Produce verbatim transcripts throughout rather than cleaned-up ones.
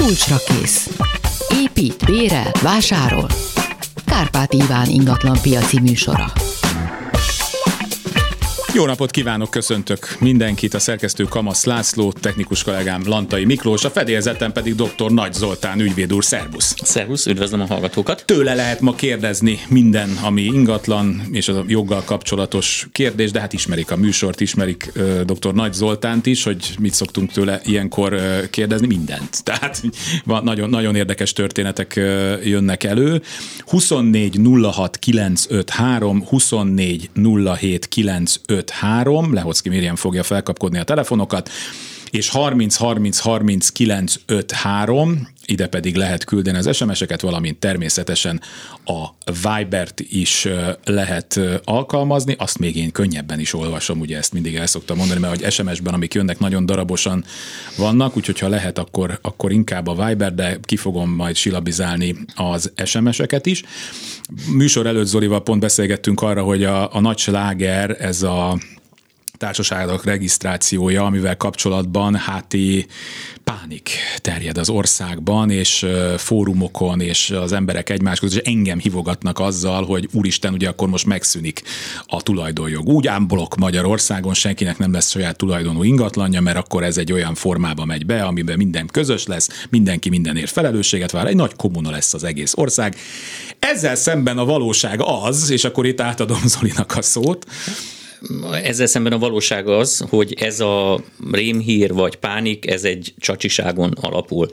Kulcsra kész. Épít, bérel, vásárol. Kárpát Iván ingatlan piaci műsora. Jó napot kívánok, köszöntök mindenkit, a szerkesztő Kamasz László, technikus kollégám Lantai Miklós, a fedélzeten pedig dr. Nagy Zoltán ügyvéd úr. Szervusz! Szervusz, üdvözlöm a hallgatókat! Tőle lehet ma kérdezni minden, ami ingatlan és a joggal kapcsolatos kérdés, de hát ismerik a műsort, ismerik uh, dr. Nagy Zoltánt is, hogy mit szoktunk tőle ilyenkor uh, kérdezni, mindent. Tehát van, nagyon, nagyon érdekes történetek uh, jönnek elő. huszonnégy nulla hat kilencszázötvenhárom, huszonnégy nulla hét kilencszázötvenhárom, Lehocki Miriam fogja felkapkodni a telefonokat, és harminc harminc harminc kilencszázötvenhárom, ide pedig lehet küldeni az es em es-eket, valamint természetesen a Vibert is lehet alkalmazni, azt még én könnyebben is olvasom, ugye ezt mindig el szoktam mondani, mert hogy es em es-ben, amik jönnek, nagyon darabosan vannak, úgyhogy ha lehet, akkor, akkor inkább a Viber, de ki fogom majd silabizálni az es em es-eket is. Műsor előtt Zolival pont beszélgettünk arra, hogy a, a nagy sláger, ez a társaságok regisztrációja, amivel kapcsolatban hát pánik terjed az országban, és fórumokon, és az emberek egymás között, és engem hívogatnak azzal, hogy úristen, ugye akkor most megszűnik a tulajdonjog. Úgy ámblok Magyarországon, senkinek nem lesz saját tulajdonú ingatlanja, mert akkor ez egy olyan formába megy be, amiben minden közös lesz, mindenki mindenért felelősséget vállal, egy nagy kommuna lesz az egész ország. Ezzel szemben a valóság az, és akkor itt átadom Zolinak a szót, ezzel szemben a valóság az, hogy ez a rémhír vagy pánik, ez egy csacsiságon alapul.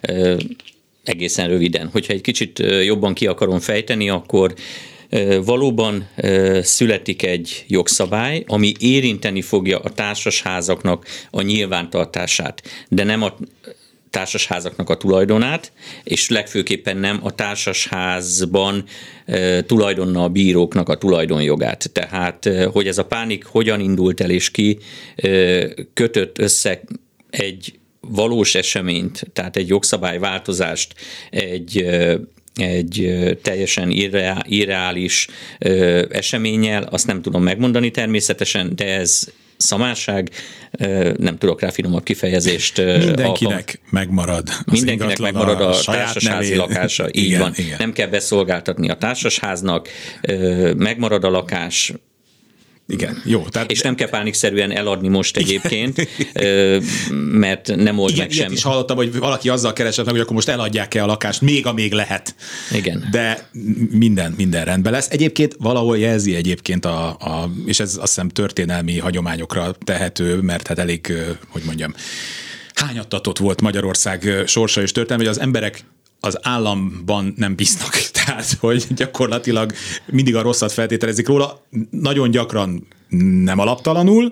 Egészen röviden. Hogyha egy kicsit jobban ki akarom fejteni, akkor valóban születik egy jogszabály, ami érinteni fogja a társasházaknak a nyilvántartását, de nem a társasházaknak a tulajdonát, és legfőképpen nem a társasházban e, tulajdonnal bíróknak a tulajdonjogát. Tehát, e, hogy ez a pánik hogyan indult el és ki e, kötött össze egy valós eseményt, tehát egy jogszabályváltozást, egy e, egy teljesen irreál, irreális e, eseménnyel, azt nem tudom megmondani természetesen, de ez szamárság, nem tudok rá finomabb kifejezést. Mindenkinek a, megmarad az Mindenkinek megmarad a, a társasházi nevén. lakása, így igen, van. Igen. Nem kell beszolgáltatni a társasháznak, megmarad a lakás. Igen, jó. Tehát és nem kell pánikszerűen eladni most egyébként, mert nem old igen, meg semmi. is hallottam, hogy valaki azzal keresett meg, hogy akkor most eladják-e a lakást, még amíg lehet. Igen. De minden, minden rendben lesz. Egyébként valahol jelzi egyébként, a, a, és ez azt hiszem történelmi hagyományokra tehető, mert hát elég, hogy mondjam, hányattatott volt Magyarország sorsa és történelme, hogy az emberek az államban nem bíznak. Tehát, hogy gyakorlatilag mindig a rosszat feltételezik róla, nagyon gyakran nem alaptalanul.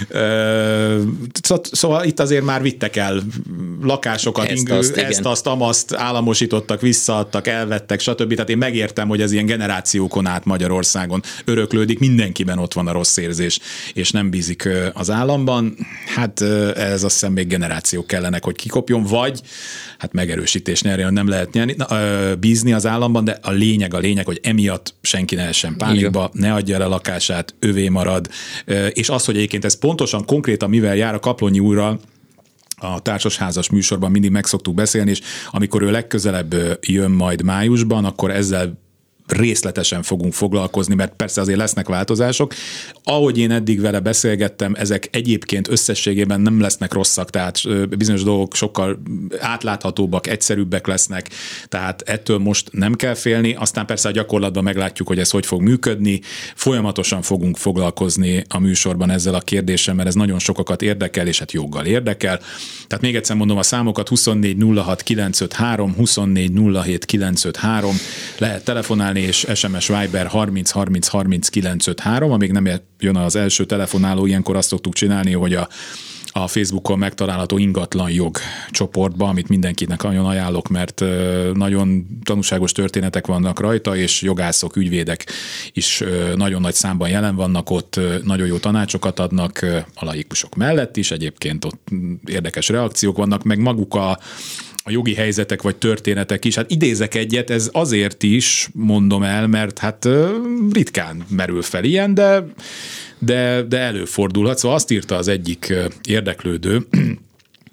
Szóval itt azért már vittek el lakásokat, ezt, ingő, azt, ezt azt, amaszt, államosítottak, visszaadtak, elvettek, stb. Tehát én megértem, hogy ez ilyen generációkon át Magyarországon öröklődik, mindenkiben ott van a rossz érzés, és nem bízik az államban. Hát ez azt hiszem még generációk kellenek, hogy kikopjon, vagy hát megerősítés nyerjen, nem lehet nyerni, na, bízni az államban, de a lényeg, a lényeg, hogy emiatt senki ne essen pánikba, ne adja el a lakását, övé marad. És az, hogy egyébként ez pontosan, konkrétan mivel jár, a Kaplonyi úrral a társasházas műsorban mindig meg szoktuk beszélni, és amikor ő legközelebb jön majd májusban, akkor ezzel részletesen fogunk foglalkozni, mert persze azért lesznek változások. Ahogy én eddig vele beszélgettem, ezek egyébként összességében nem lesznek rosszak, tehát bizonyos dolgok sokkal átláthatóbbak, egyszerűbbek lesznek, tehát ettől most nem kell félni, aztán persze a gyakorlatban meglátjuk, hogy ez hogy fog működni. Folyamatosan fogunk foglalkozni a műsorban ezzel a kérdéssel, mert ez nagyon sokakat érdekel, és hát joggal érdekel. Tehát még egyszer mondom a számokat, huszonnégy nulla hat kilencszázötvenhárom, huszonnégy nulla hét kilencszázötvenhárom, lehet telefonálni, és es em es Viber harminc harminc harminc kilencszázötvenhárom, amíg nem jön az első telefonáló, ilyenkor azt szoktuk csinálni, hogy a, a Facebookon megtalálható ingatlan jog csoportba, amit mindenkinek nagyon ajánlok, mert nagyon tanúságos történetek vannak rajta, és jogászok, ügyvédek is nagyon nagy számban jelen vannak ott, nagyon jó tanácsokat adnak a laikusok mellett is, egyébként ott érdekes reakciók vannak, meg maguk a a jogi helyzetek vagy történetek is. Hát idézek egyet, ez azért is mondom el, mert hát ritkán merül fel ilyen, de, de, de előfordulhat. Szóval azt írta az egyik érdeklődő,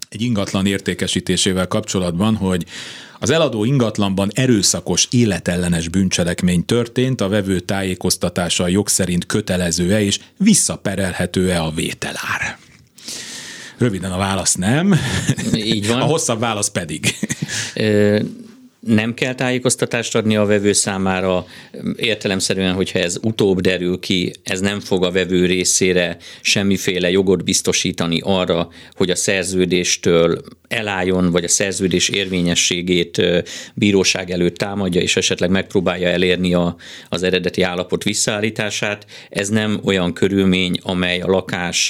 egy ingatlan értékesítésével kapcsolatban, hogy az eladó ingatlanban erőszakos, életellenes bűncselekmény történt, a vevő tájékoztatása a jog szerint kötelező-e és visszaperelhető-e a vételár? Röviden a válasz nem. Így van. A hosszabb válasz pedig. Ö, nem kell tájékoztatást adni a vevő számára, értelemszerűen, hogyha ez utóbb derül ki, ez nem fog a vevő részére semmiféle jogot biztosítani arra, hogy a szerződéstől elálljon, vagy a szerződés érvényességét bíróság előtt támadja, és esetleg megpróbálja elérni a, az eredeti állapot visszaállítását. Ez nem olyan körülmény, amely a lakás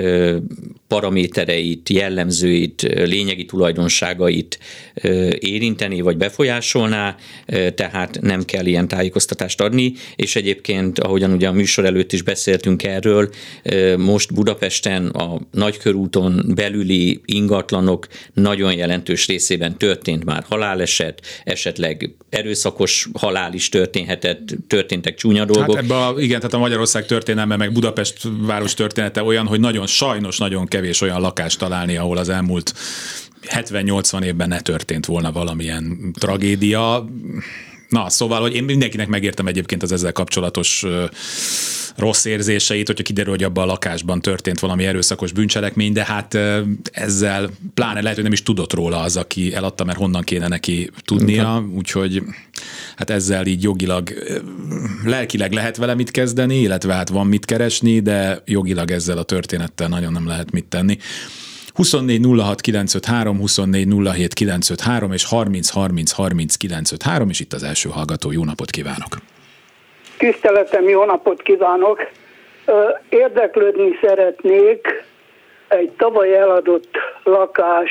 paramétereit, jellemzőit, lényegi tulajdonságait érinteni, vagy befolyásolná, tehát nem kell ilyen tájékoztatást adni, és egyébként, ahogyan ugye a műsor előtt is beszéltünk erről, most Budapesten a Nagykörúton belüli ingatlanok nagyon jelentős részében történt már haláleset, esetleg erőszakos halál is történhetett, történtek csúnya dolgok. Hát ebbe a, igen, tehát a Magyarország történelme, meg Budapest város története olyan, hogy nagyon sajnos nagyon kevés olyan lakást találni, ahol az elmúlt hetven-nyolcvan évben ne történt volna valamilyen tragédia. Na, szóval, hogy én mindenkinek megértem egyébként az ezzel kapcsolatos rossz érzéseit, hogyha kiderül, hogy abban a lakásban történt valami erőszakos bűncselekmény, de hát ezzel pláne lehet, hogy nem is tudott róla az, aki eladta, mert honnan kéne neki tudnia, úgyhogy hát ezzel így jogilag, lelkileg lehet vele mit kezdeni, illetve hát van mit keresni, de jogilag ezzel a történettel nagyon nem lehet mit tenni. huszonnégy nulla hat kilencszázötvenhárom, huszonnégy nulla hét kilencszázötvenhárom és harminc harminc harminc kilencszázötvenhárom, és itt az első hallgató. Jó napot kívánok! Tiszteletem, jó napot kívánok! Érdeklődni szeretnék egy tavaly eladott lakás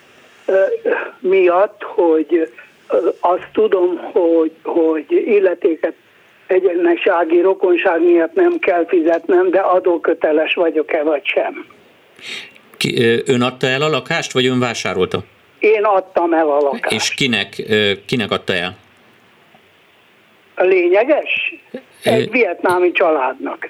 miatt, hogy azt tudom, hogy, hogy illetéket egyenesági rokonság miatt nem kell fizetnem, de adóköteles vagyok-e vagy sem. Ki, ön adta el a lakást, vagy ön vásárolta? Én adtam el a lakást. És kinek, kinek adta el? Lényeges? Egy vietnámi családnak.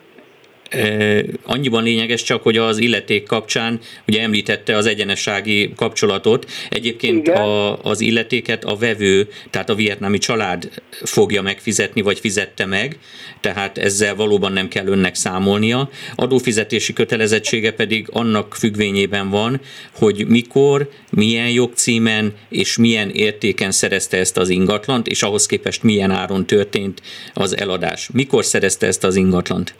Annyiban lényeges csak, hogy az illeték kapcsán ugye említette az egyenessági kapcsolatot. Egyébként a, az illetéket a vevő, tehát a vietnámi család fogja megfizetni, vagy fizette meg, tehát ezzel valóban nem kell önnek számolnia. Adófizetési kötelezettsége pedig annak függvényében van, hogy mikor, milyen jogcímen és milyen értéken szerezte ezt az ingatlant, és ahhoz képest milyen áron történt az eladás. Mikor szerezte ezt az ingatlant?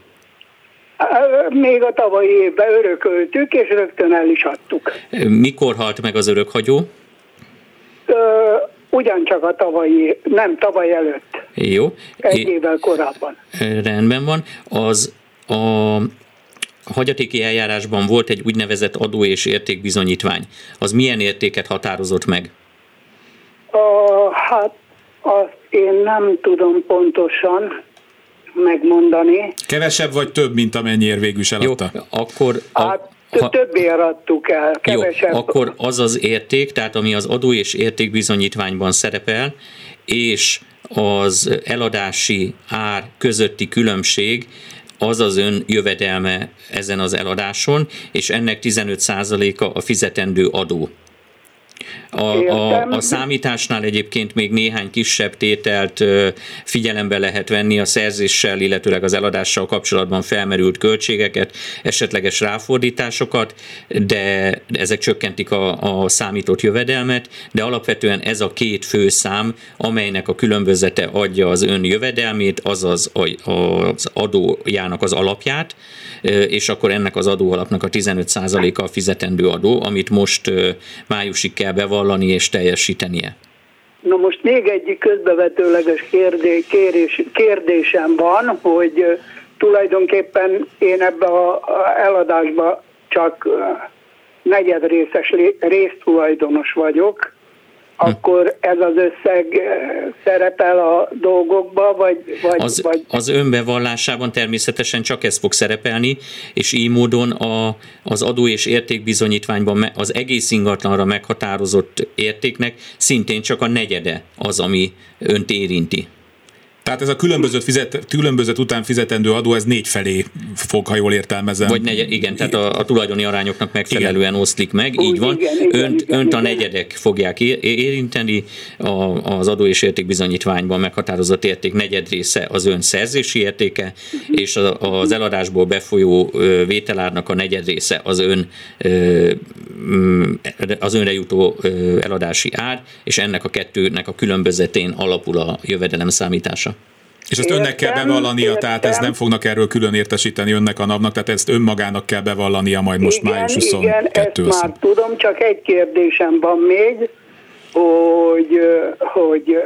Még a tavalyi évben örököltük, és rögtön el is adtuk. Mikor halt meg az örökhagyó? Ö, ugyancsak a tavalyi, nem tavaly előtt. Jó. Egy é- évvel korábban. Rendben van. Az a hagyatéki eljárásban volt egy úgynevezett adó- és értékbizonyítvány. Az milyen értéket határozott meg? A, hát azt én nem tudom pontosan megmondani. Kevesebb vagy több, mint amennyiért végül is eladta? Jó, akkor... A, hát többért adtuk el, kevesebb. Jó, akkor az az érték, tehát ami az adó- és értékbizonyítványban szerepel, és az eladási ár közötti különbség, az az ön jövedelme ezen az eladáson, és ennek tizenöt százaléka a fizetendő adó. A, a, a számításnál egyébként még néhány kisebb tételt figyelembe lehet venni, a szerzéssel, illetőleg az eladással kapcsolatban felmerült költségeket, esetleges ráfordításokat, de ezek csökkentik a, a számított jövedelmet, de alapvetően ez a két fő szám, amelynek a különbözete adja az ön jövedelmét, azaz az adójának az alapját, és akkor ennek az adóalapnak a tizenöt százaléka a fizetendő adó, amit most májusig kell bevallani és teljesítenie. Na most még egy közbevetőleges kérdés, kérés, kérdésem van, hogy tulajdonképpen én ebbe az eladásba csak negyedrészes résztulajdonos vagyok, akkor ez az összeg szerepel a dolgokba, vagy... vagy, az, vagy... az önbevallásában természetesen csak ez fog szerepelni, és így módon a, az adó- és értékbizonyítványban az egész ingatlanra meghatározott értéknek szintén csak a negyede az, ami önt érinti. Tehát ez a különbözőt, fizet, különbözet után fizetendő adó, ez négy felé fog, ha jól értelmezem. Vagy negyed, igen, tehát a, a tulajdoni arányoknak megfelelően igen. oszlik meg, így van. Igen, igen, önt, igen, önt a igen. negyedek fogják érinteni, a, az adó és értékbizonyítványban meghatározott érték negyed része az ön szerzési értéke, uh-huh. és a, az eladásból befolyó vételárnak a negyed része az ön az önre jutó eladási ár, és ennek a kettőnek a különbözetén alapul a jövedelem számítása. És ezt önnek kell bevallania, értem. Tehát ezt nem fognak erről külön értesíteni önnek a napnak, tehát ezt önmagának kell bevallania majd most igen, május huszonkettő. Igen, ezt már tudom, csak egy kérdésem van még, hogy, hogy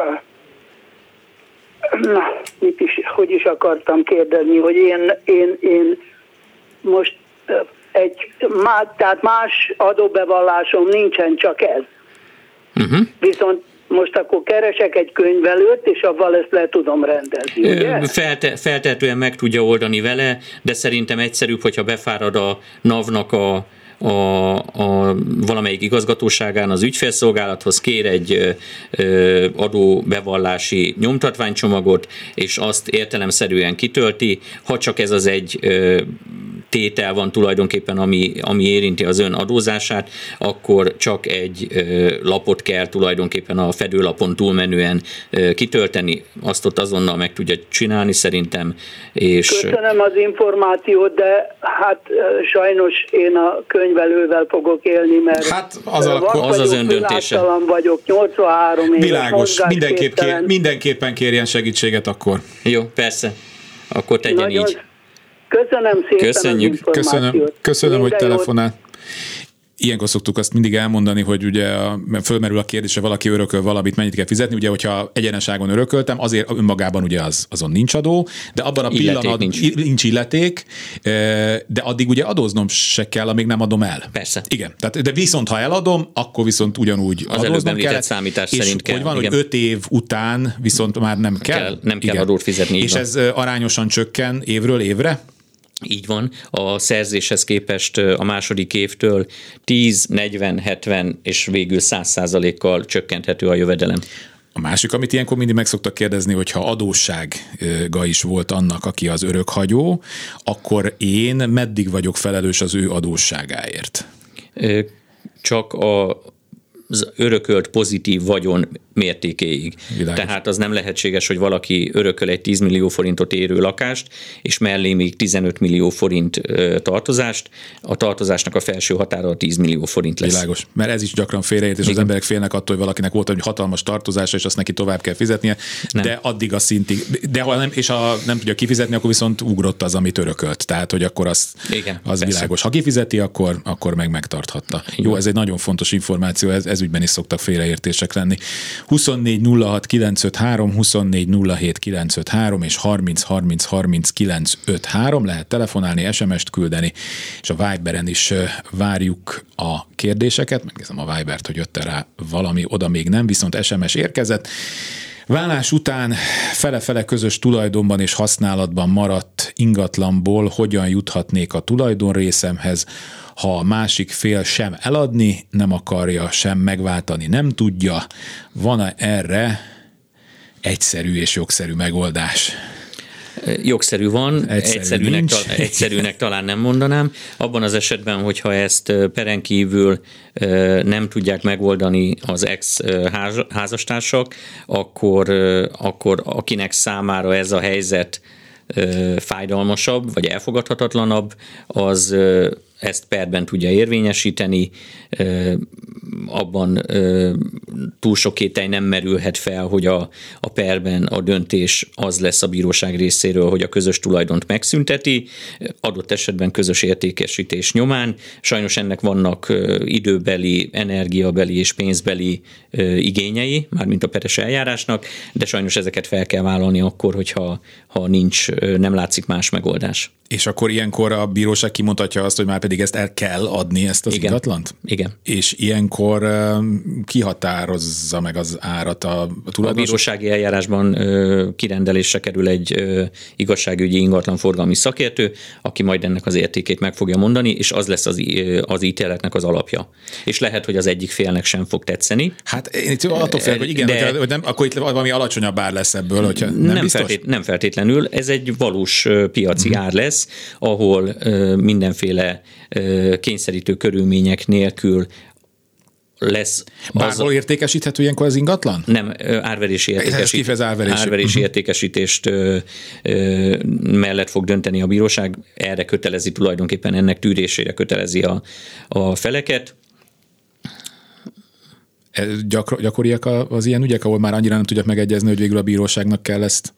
na, mit is, hogy is akartam kérdezni, hogy én, én, én most egy, má, tehát más adóbevallásom nincsen, csak ez. Uh-huh. Viszont most akkor keresek egy könyvelőt, és avval ezt le tudom rendezni, ugye? Felte, feltehetően meg tudja oldani vele, de szerintem egyszerűbb, hogyha befárad a NAV-nak a A, a valamelyik igazgatóságán az ügyfélszolgálathoz, kér egy ö, adóbevallási nyomtatványcsomagot, és azt értelemszerűen kitölti, ha csak ez az egy ö, tétel van tulajdonképpen, ami, ami érinti az ön adózását, akkor csak egy ö, lapot kell tulajdonképpen a fedőlapon túlmenően ö, kitölteni, azt ott azonnal meg tudja csinálni szerintem. És köszönöm az információt, de hát sajnos én a könyvelővel fogok élni, mert hát az, a, az az ön döntése. vagyok, nyolcvanhárom éves. Világos, mindenképp kér, mindenképpen kérjen segítséget akkor. Jó, persze. Akkor tegyen nagyon így. Köszönöm szépen. Köszönjük. Az információt. Köszönöm, köszönöm hogy telefonál. Jót. Ilyenkor szoktuk azt mindig elmondani, hogy ugye a, fölmerül a kérdés, hogy valaki örököl valamit, mennyit kell fizetni. Ugye, hogyha egyeneságon örököltem, azért önmagában ugye az, azon nincs adó, de abban a pillanatban nincs. nincs illeték, de addig ugye adóznom se kell, amíg nem adom el. Persze. Igen. Tehát, de viszont, ha eladom, akkor viszont ugyanúgy az adóznom kell. számítás és szerint kell. hogy van, igen. hogy öt év után viszont már nem kell. kell nem kell igen. adót fizetni. És ez arányosan csökken évről évre? Így van, a szerzéshez képest a második évtől tíz, negyven, hetven és végül száz százalékkal csökkenthető a jövedelem. A másik, amit ilyenkor mindig meg szoktak kérdezni, hogy ha adóssága is volt annak, aki az örökhagyó, akkor én meddig vagyok felelős az ő adósságáért? Csak a az örökölt pozitív vagyon mértékéig. Világos. Tehát az nem lehetséges, hogy valaki örököl egy tíz millió forintot érő lakást, és mellé még tizenöt millió forint tartozást. A tartozásnak a felső határa a tíz millió forint lesz. Világos, mert ez is gyakran félreért, és igen. az emberek félnek attól, hogy valakinek volt egy hatalmas tartozása, és azt neki tovább kell fizetnie, nem. de addig a szintig, de ha nem, és ha nem tudja kifizetni, akkor viszont ugrott az, amit örökölt. Tehát, hogy akkor az, igen, az világos. Ha kifizeti, akkor, akkor meg megtarthatta. Igen. Jó, ez egy nagyon fontos információ, ez, ez ügyben is szoktak félreértések lenni. huszonnégy nulla hat kilencszázötvenhárom, huszonnégy nulla hét kilencszázötvenhárom és harminc harminc harminc kilencszázötvenhárom lehet telefonálni, es em est küldeni, és a Viberen is várjuk a kérdéseket. Megnézem a Vibert, hogy jött rá valami, oda még nem, viszont es em es érkezett. Válás után fele-fele közös tulajdonban és használatban maradt ingatlanból hogyan juthatnék a tulajdonrészemhez, ha a másik fél sem eladni, nem akarja, sem megváltani, nem tudja. Van-e erre egyszerű és jogszerű megoldás? Jogszerű van, Egyszerű egyszerűnek, tal- egyszerűnek talán nem mondanám. Abban az esetben, hogyha ezt peren kívül nem tudják megoldani az ex-házastársak, akkor, akkor akinek számára ez a helyzet fájdalmasabb, vagy elfogadhatatlanabb, az ezt perben tudja érvényesíteni, abban túl sok kételj nem merülhet fel, hogy a, a perben a döntés az lesz a bíróság részéről, hogy a közös tulajdont megszünteti, adott esetben közös értékesítés nyomán. Sajnos ennek vannak időbeli, energiabeli és pénzbeli igényei, mármint a peres eljárásnak, de sajnos ezeket fel kell vállalni akkor, hogyha ha nincs, nem látszik más megoldás. És akkor ilyenkor a bíróság kimutatja azt, hogy már pedig ezt el kell adni, ezt az Igen. ingatlant? Igen. És ilyenkor uh, kihatározza meg az árat a, a tulajdonos? A bírósági eljárásban uh, kirendelésre kerül egy uh, igazságügyi ingatlanforgalmi szakértő, aki majd ennek az értékét meg fogja mondani, és az lesz az, az ítéletnek az alapja. És lehet, hogy az egyik félnek sem fog tetszeni. Hát én itt attól félek, hogy igen, de, hogy nem, akkor itt valami alacsonyabb ár lesz ebből, hogyha nem, nem, biztos? feltét, nem feltétlenül, ez egy valós piaci uh-huh. ár lesz, ahol uh, mindenféle uh, kényszerítő körülmények nélkül lesz. Bárhol az... értékesíthető ilyenkor az ingatlan? Nem, árverési, értékesít... árverési. árverési uh-huh. értékesítést ö, ö, mellett fog dönteni a bíróság, erre kötelezi tulajdonképpen, ennek tűrésére kötelezi a, a feleket. Gyakor, gyakoriak az ilyen ügyek, ahol már annyira nem tudják megegyezni, hogy végül a bíróságnak kell ezt?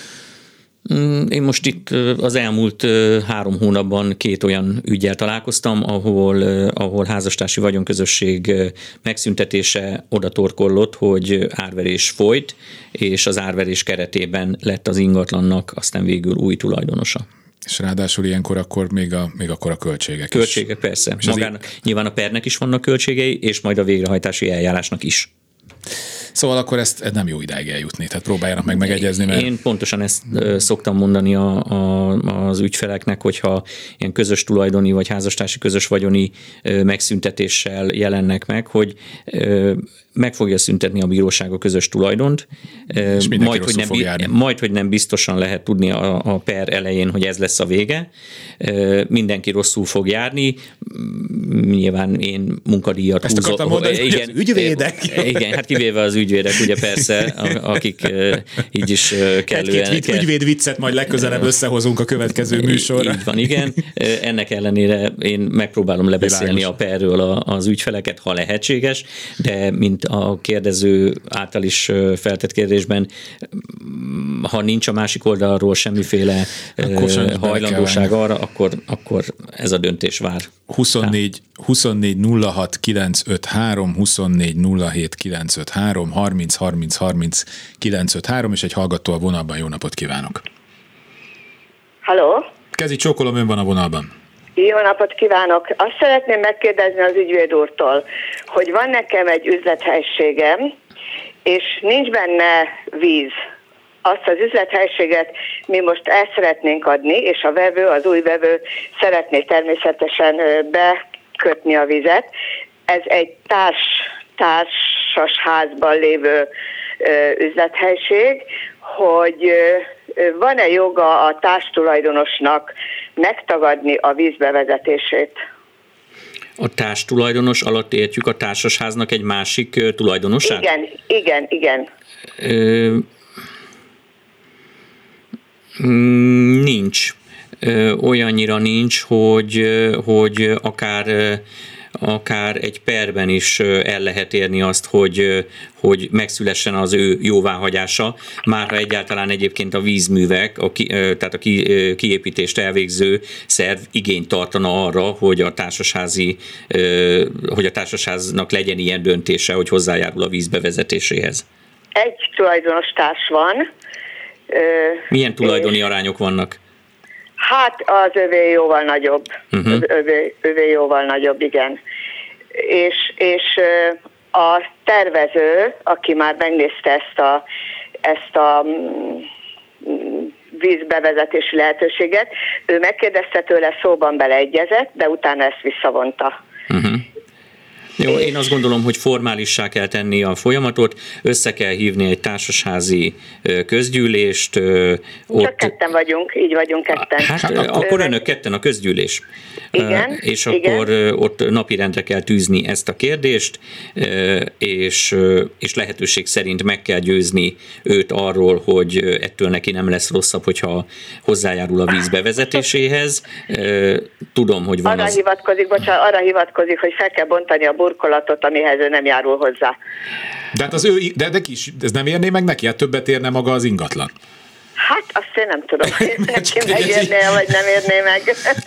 Én most itt az elmúlt három hónapban két olyan üggyel találkoztam, ahol, ahol házastársi vagyonközösség megszüntetése oda torkollott, hogy árverés folyt, és az árverés keretében lett az ingatlannak aztán végül új tulajdonosa. És ráadásul ilyenkor akkor még, a, még akkor a költségek Költségek, is. persze. Magának, így... Nyilván a pernek is vannak költségei, és majd a végrehajtási eljárásnak is. Szóval akkor ezt nem jó idáig eljutni, tehát próbáljanak meg megegyezni. Mert... Én pontosan ezt szoktam mondani a, a, az ügyfeleknek, hogyha ilyen közös tulajdoni vagy házastársi közös vagyoni megszüntetéssel jelennek meg, hogy meg fogja szüntetni a bíróság a közös tulajdont, majd hogy, nem, majd, hogy nem biztosan lehet tudni a, a per elején, hogy ez lesz a vége. Mindenki rosszul fog járni, nyilván én munkadíjat Ezt húzok. akartam mondani, igen, hogy az ügyvédek. Igen, hát kivéve az ügyvédek, ugye persze, akik így is kellően... Egy-két ügyvéd viccet majd legközelebb összehozunk a következő műsorra. Így van, igen. Ennek ellenére én megpróbálom lebeszélni a perről az ügyfeleket, ha lehetséges, de mint a kérdező által is feltett kérdésben, ha nincs a másik oldalról semmiféle hajlandóság arra, akkor, akkor ez a döntés vár. huszonnégy nulla hat kilencszázötvenhárom, huszonnégy nulla hét kilencszázötvenhárom, harminc harminc harminc kilencszázötvenhárom, és egy hallgató a vonalban. Jó napot kívánok! Halló? Kezi csókolom, ön van a vonalban. Jó napot kívánok! Azt szeretném megkérdezni az ügyvéd úrtól, hogy van nekem egy üzlethelységem, és nincs benne víz. Azt az üzlethelységet mi most el szeretnénk adni, és a vevő, az új vevő szeretné természetesen bekötni a vizet. Ez egy társ, társas házban lévő üzlethelység, hogy van-e joga a társtulajdonosnak megtagadni a vízbevezetését? A társtulajdonos alatt értjük a társasháznak egy másik tulajdonosát? Igen, igen, igen. Ö, nincs. Ö, olyannyira nincs, hogy, hogy akár akár egy perben is el lehet érni azt, hogy, hogy megszülessen az ő jóváhagyása, már ha egyáltalán egyébként a vízművek, a ki, tehát a ki, kiépítést elvégző szerv igényt tartana arra, hogy a társasházi, hogy a társasháznak legyen ilyen döntése, hogy hozzájárul a víz bevezetéséhez. Egy tulajdonos társ van. Milyen tulajdoni arányok vannak? Hát az övé jóval nagyobb, uh-huh. az övé, övé jóval nagyobb, igen. És, és a tervező, aki már megnézte ezt a, ezt a vízbevezetési lehetőséget, ő megkérdezte tőle, szóban beleegyezett, de utána ezt visszavonta. Uh-huh. Jó, én azt gondolom, hogy formálissá kell tenni a folyamatot, össze kell hívni egy társasházi közgyűlést. Ott... Csak ketten vagyunk, így vagyunk ketten. Hát, hát akkor önök ketten a közgyűlés. Igen, és igen. akkor ott napirendre kell tűzni ezt a kérdést, és, és lehetőség szerint meg kell győzni őt arról, hogy ettől neki nem lesz rosszabb, hogyha hozzájárul a víz bevezetéséhez. Tudom, hogy van arra az... hivatkozik, bocsánat, arra hivatkozik, hogy fel kell bontani a burkolatot, amihez ő nem járul hozzá. De hát az ő, de, de kis, ez nem érné meg neki? Hát többet érne maga az ingatlan. Hát Azt én nem tudom, hogy neki megérné, vagy nem érné meg.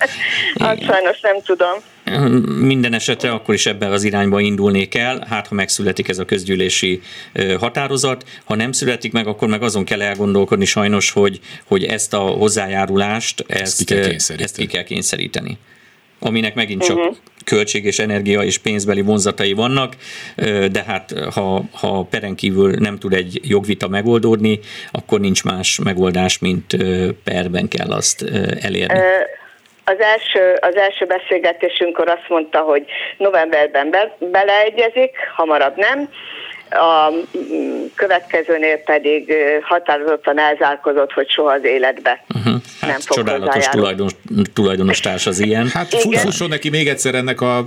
Azt sajnos nem tudom. Minden esetre akkor is ebben az irányba indulnék el, hát ha megszületik ez a közgyűlési határozat, ha nem születik meg, akkor meg azon kell elgondolkodni sajnos, hogy, hogy ezt a hozzájárulást, ezt, ezt, ki, kell ezt ki kell kényszeríteni. Aminek megint csak uh-huh. költség és energia és pénzbeli vonzatai vannak, de hát ha, ha peren kívül nem tud egy jogvita megoldódni, akkor nincs más megoldás, mint perben kell azt elérni. Az első, az első beszélgetésünkkor azt mondta, hogy novemberben be, beleegyezik, hamarabb nem. A következőnél pedig határozottan elzárkozott, hogy soha az életbe uh-huh. nem hát, fog csodálatos tulajdonos, tulajdonos társ az ilyen. Hát fusson neki még egyszer ennek a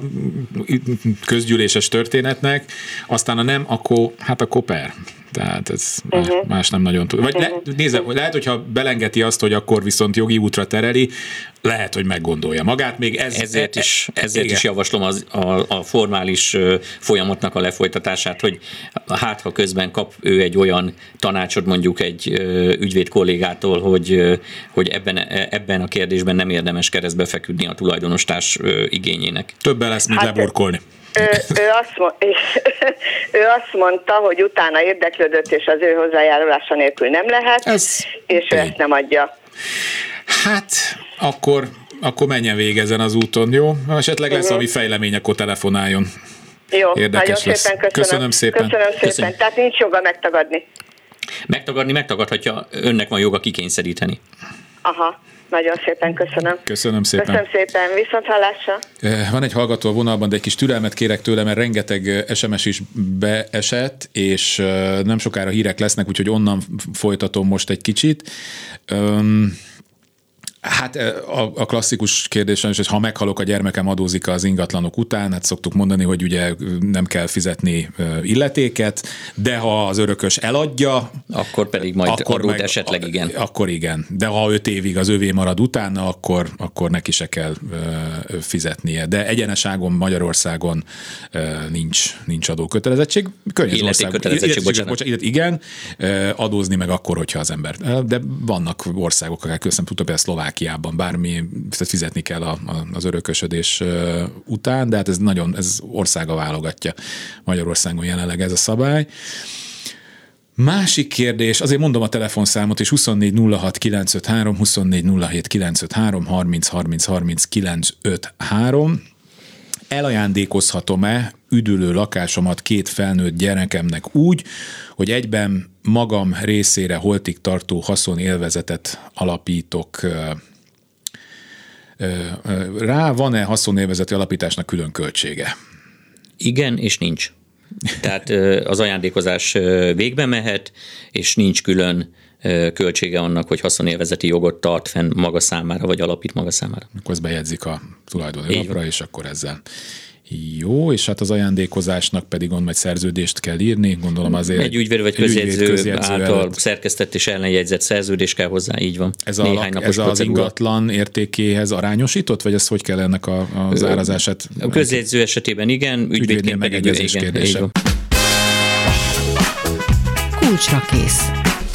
közgyűléses történetnek, aztán a nem, akkor, hát a koper. Tehát ez uh-huh. más nem nagyon tud. Vagy uh-huh. le, nézze, lehet, hogyha belengeti azt, hogy akkor viszont jogi útra tereli, lehet, hogy meggondolja magát. Még ez, ezért is, ezért is javaslom az, a, a formális folyamatnak a lefolytatását, hogy hát ha közben kap ő egy olyan tanácsot mondjuk egy ügyvéd kollégától, hogy, hogy ebben, ebben a kérdésben nem érdemes keresztbe feküdni a tulajdonostárs igényének. Többen lesz, mint hát leborkolni. Ő, ő, azt mond, ő azt mondta, hogy utána érdeklődött, és az ő hozzájárulása nélkül nem lehet, ez és ő ezt nem adja. Hát, akkor, akkor menjen végezen az úton, jó? Esetleg lesz, uh-huh. ami fejlemény, akkor telefonáljon. Jó, érdekes nagyon lesz. szépen köszönöm. Köszönöm szépen. Köszönöm szépen. Köszönöm. Tehát nincs joga megtagadni. Megtagadni megtagadhatja, önnek van joga kikényszeríteni. Aha. Nagyon szépen köszönöm. Köszönöm szépen. Köszönöm szépen. Viszont hallásra. Van egy hallgató a vonalban, de egy kis türelmet kérek tőle, mert rengeteg es em es is beesett, és nem sokára hírek lesznek, úgyhogy onnan folytatom most egy kicsit. Um, Hát a, a klasszikus kérdés, hogy ha meghalok, a gyermekem adózik az ingatlanok után, hát szoktuk mondani, hogy ugye nem kell fizetni illetéket, de ha az örökös eladja, akkor pedig majd akkor adót meg, esetleg igen. Akkor igen, de ha öt évig az övé marad utána, akkor, akkor neki se kell fizetnie. De egyeneságon Magyarországon nincs, nincs adókötelezettség. Illetékkötelezettség, bocsánat. bocsánat. Igen, adózni meg akkor, hogyha az ember. De vannak országok, akár köztem tudta, például Szlovákiában bármi fizetni kell a, a, az örökösödés után, de hát ez nagyon, ez országa válogatja. Magyarországon jelenleg ez a szabály. Másik kérdés, azért mondom a telefonszámot, és huszonnégy nulla hat kilencszázötvenhárom, huszonnégy nulla hét kilencszázötvenhárom, harminc harminc harminc kilencszázötvenhárom. Elajándékozhatom-e üdülő lakásomat két felnőtt gyerekemnek úgy, hogy egyben magam részére holtig tartó haszonélvezetet alapítok rá? Van-e haszonélvezeti alapításnak külön költsége? Igen, és nincs. Tehát az ajándékozás végbe mehet, és nincs külön költsége annak, hogy haszonélvezeti jogot tart fenn maga számára, vagy alapít maga számára. Akkor ezt bejegyzik a tulajdoni lapra, és akkor ezzel. Jó, és hát az ajándékozásnak pedig on majd szerződést kell írni, gondolom azért. Egy ügyvéd vagy közjegyző, közjegyző által előtt. Szerkesztett és ellenjegyzett szerződés kell hozzá, így van. Ez, a, lak, ez az ingatlan értékéhez arányosított, vagy ezt hogy kell ennek a, az árazását? A közjegyző esetében igen, ügyvédként pedig megegyezés kérdése. Kulcsra kész.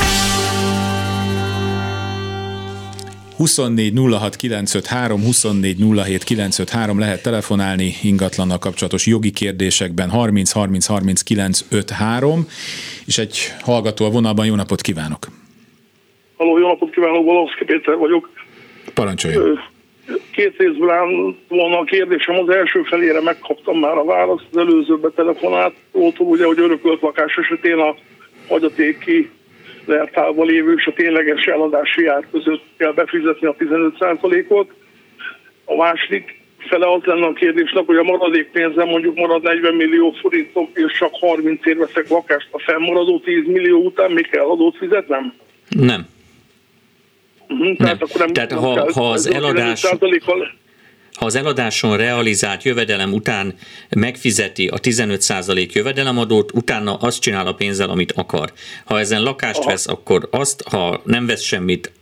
huszonnégy nulla hat kilencszázötvenhárom, huszonnégy nulla hét kilencszázötvenhárom lehet telefonálni ingatlannal kapcsolatos jogi kérdésekben harminc harminc harminc kilencszázötvenhárom, és egy hallgató a vonalban. Jó napot kívánok! Halló, jó napot kívánok, Valovszki Péter vagyok. Parancsoljon! Két részből áll volna a kérdésem, az első felére megkaptam már a választ, az előzőbe telefonált, volt ugye, hogy örökölt lakás esetén a hagyatéki leltárban lévő és a tényleges eladási ár között kell befizetni a tizenöt százalékot. A második fele az lenne a kérdésnek, hogy a maradék pénzem mondjuk marad negyven millió forintom, és csak harminc év veszek lakást, a fennmaradó tíz millió után még kell adót fizetnem? Nem. Uh-huh, tehát nem. Akkor nem tehát ha, ha az eladás... Ha az eladáson realizált jövedelem után megfizeti a tizenöt százalék jövedelemadót, utána azt csinál a pénzzel, amit akar. Ha ezen lakást Aha. vesz, akkor azt, ha nem vesz semmit,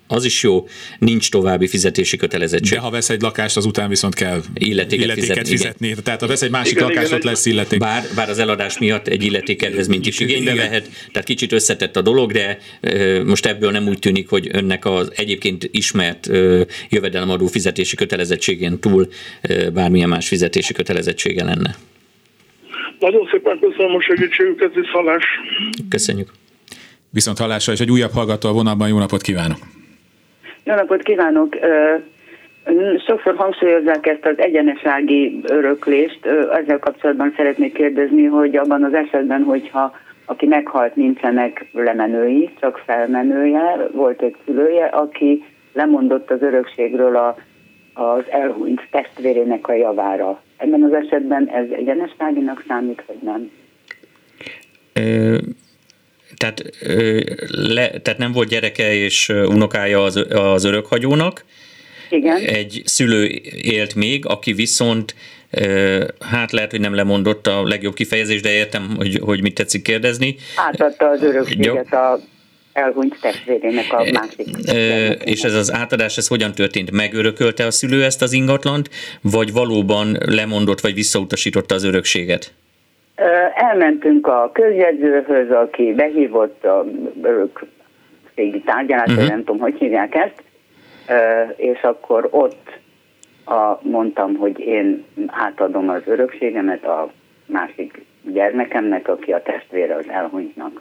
az is jó, nincs további fizetési kötelezettség. De ha vesz egy lakást, azután viszont kell illetéket, illetéket fizetni. fizetni. Tehát ha vesz egy másik igen, lakást, igen, ott lesz illeték. Bár, bár az eladás miatt egy illetékkedvezményt is igénybe igen. vehet, tehát kicsit összetett a dolog, de e, most ebből nem úgy tűnik, hogy önnek az egyébként ismert e, jövedelemadó fizetési kötelezettségén túl e, bármilyen más fizetési kötelezettsége lenne. Nagyon szépen köszönöm a segítségüket, viszontlátás. Köszönjük. Viszont hallásra, és egy újabb hallgató a vonalban, jó napot kívánok! Jó napot kívánok! Sokszor hangsúlyozzák ezt az egyenesági öröklést. Ezzel kapcsolatban szeretnék kérdezni, hogy abban az esetben, hogyha aki meghalt, nincsenek lemenői, csak felmenője, volt egy szülője, aki lemondott az örökségről a, az elhunyt testvérének a javára. Ebben az esetben ez egyeneságinak számít, vagy nem? Ö, tehát, ö, le, tehát nem volt gyereke és unokája az, az örökhagyónak. Igen. Egy szülő élt még, aki viszont, ö, hát lehet, hogy nem lemondott a legjobb kifejezés, de értem, hogy, hogy mit tetszik kérdezni. Átadta az örökséget a elhunyt testvérének a másik. E, és ez az átadás, ez hogyan történt? Megörökölte a szülő ezt az ingatlant, vagy valóban lemondott, vagy visszautasította az örökséget? Elmentünk a közjegyzőhöz, aki behívott a örökségi tárgyalásra, uh-huh. nem tudom, hogy hívják ezt, és akkor ott a, mondtam, hogy én átadom az örökségemet a másik gyermekemnek, aki a testvére az elhunytnak.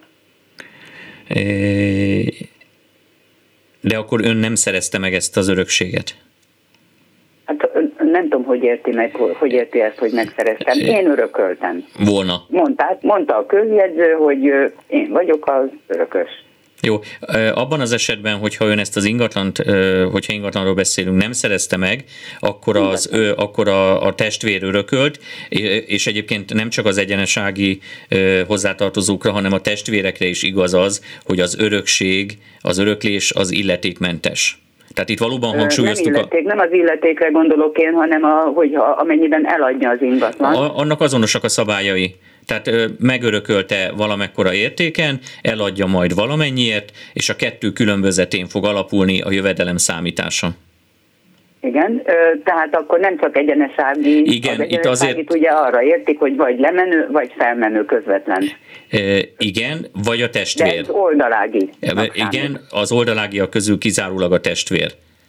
De akkor ön nem szerezte meg ezt az örökséget? Hát nem tudom, hogy érti meg, hogy érti ezt, hogy megszereztem. Én örököltem. Volna. Mondta, mondta a közjegyző, hogy én vagyok az örökös. Jó, abban az esetben, hogyha ön ezt az ingatlant, hogyha ingatlanról beszélünk, nem szerezte meg, akkor, az, ő, akkor a, a testvér örökölt, és egyébként nem csak az egyenesági hozzátartozókra, hanem a testvérekre is igaz az, hogy az örökség, az öröklés az illetékmentes. Tehát itt valóban hangsúlyoztuk... Nem, illeték, a... nem az illetékre gondolok én, hanem a, hogyha amennyiben eladja az ingatlan. A, annak azonosak a szabályai. Tehát ö, megörökölte valamekkora értéken, eladja majd valamennyiért, és a kettő különbözetén fog alapulni a jövedelem számítása. Igen, ö, tehát akkor nem csak egyenesági, igen, az egyeneságit itt azért... ugye arra értik, hogy vagy lemenő, vagy felmenő közvetlen. Ö, igen, vagy a testvér. De ez oldalági. Igen, az oldalágiak közül kizárólag a testvér.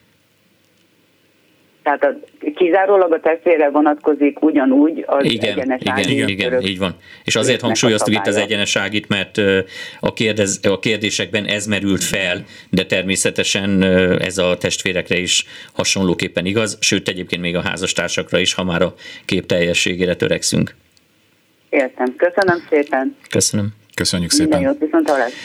Tehát a, kizárólag a testvére vonatkozik ugyanúgy az igen, egyenesági. Igen, igen, igen, így van. És azért hangsúlyoztuk itt az egyeneságit, mert a, kérdez, a kérdésekben ez merült fel, de természetesen ez a testvérekre is hasonlóképpen igaz, sőt egyébként még a házastársakra is, ha már a kép teljességére törekszünk. Értem. Köszönöm szépen. Köszönöm. Köszönjük szépen. Minden jót, viszont hallásra.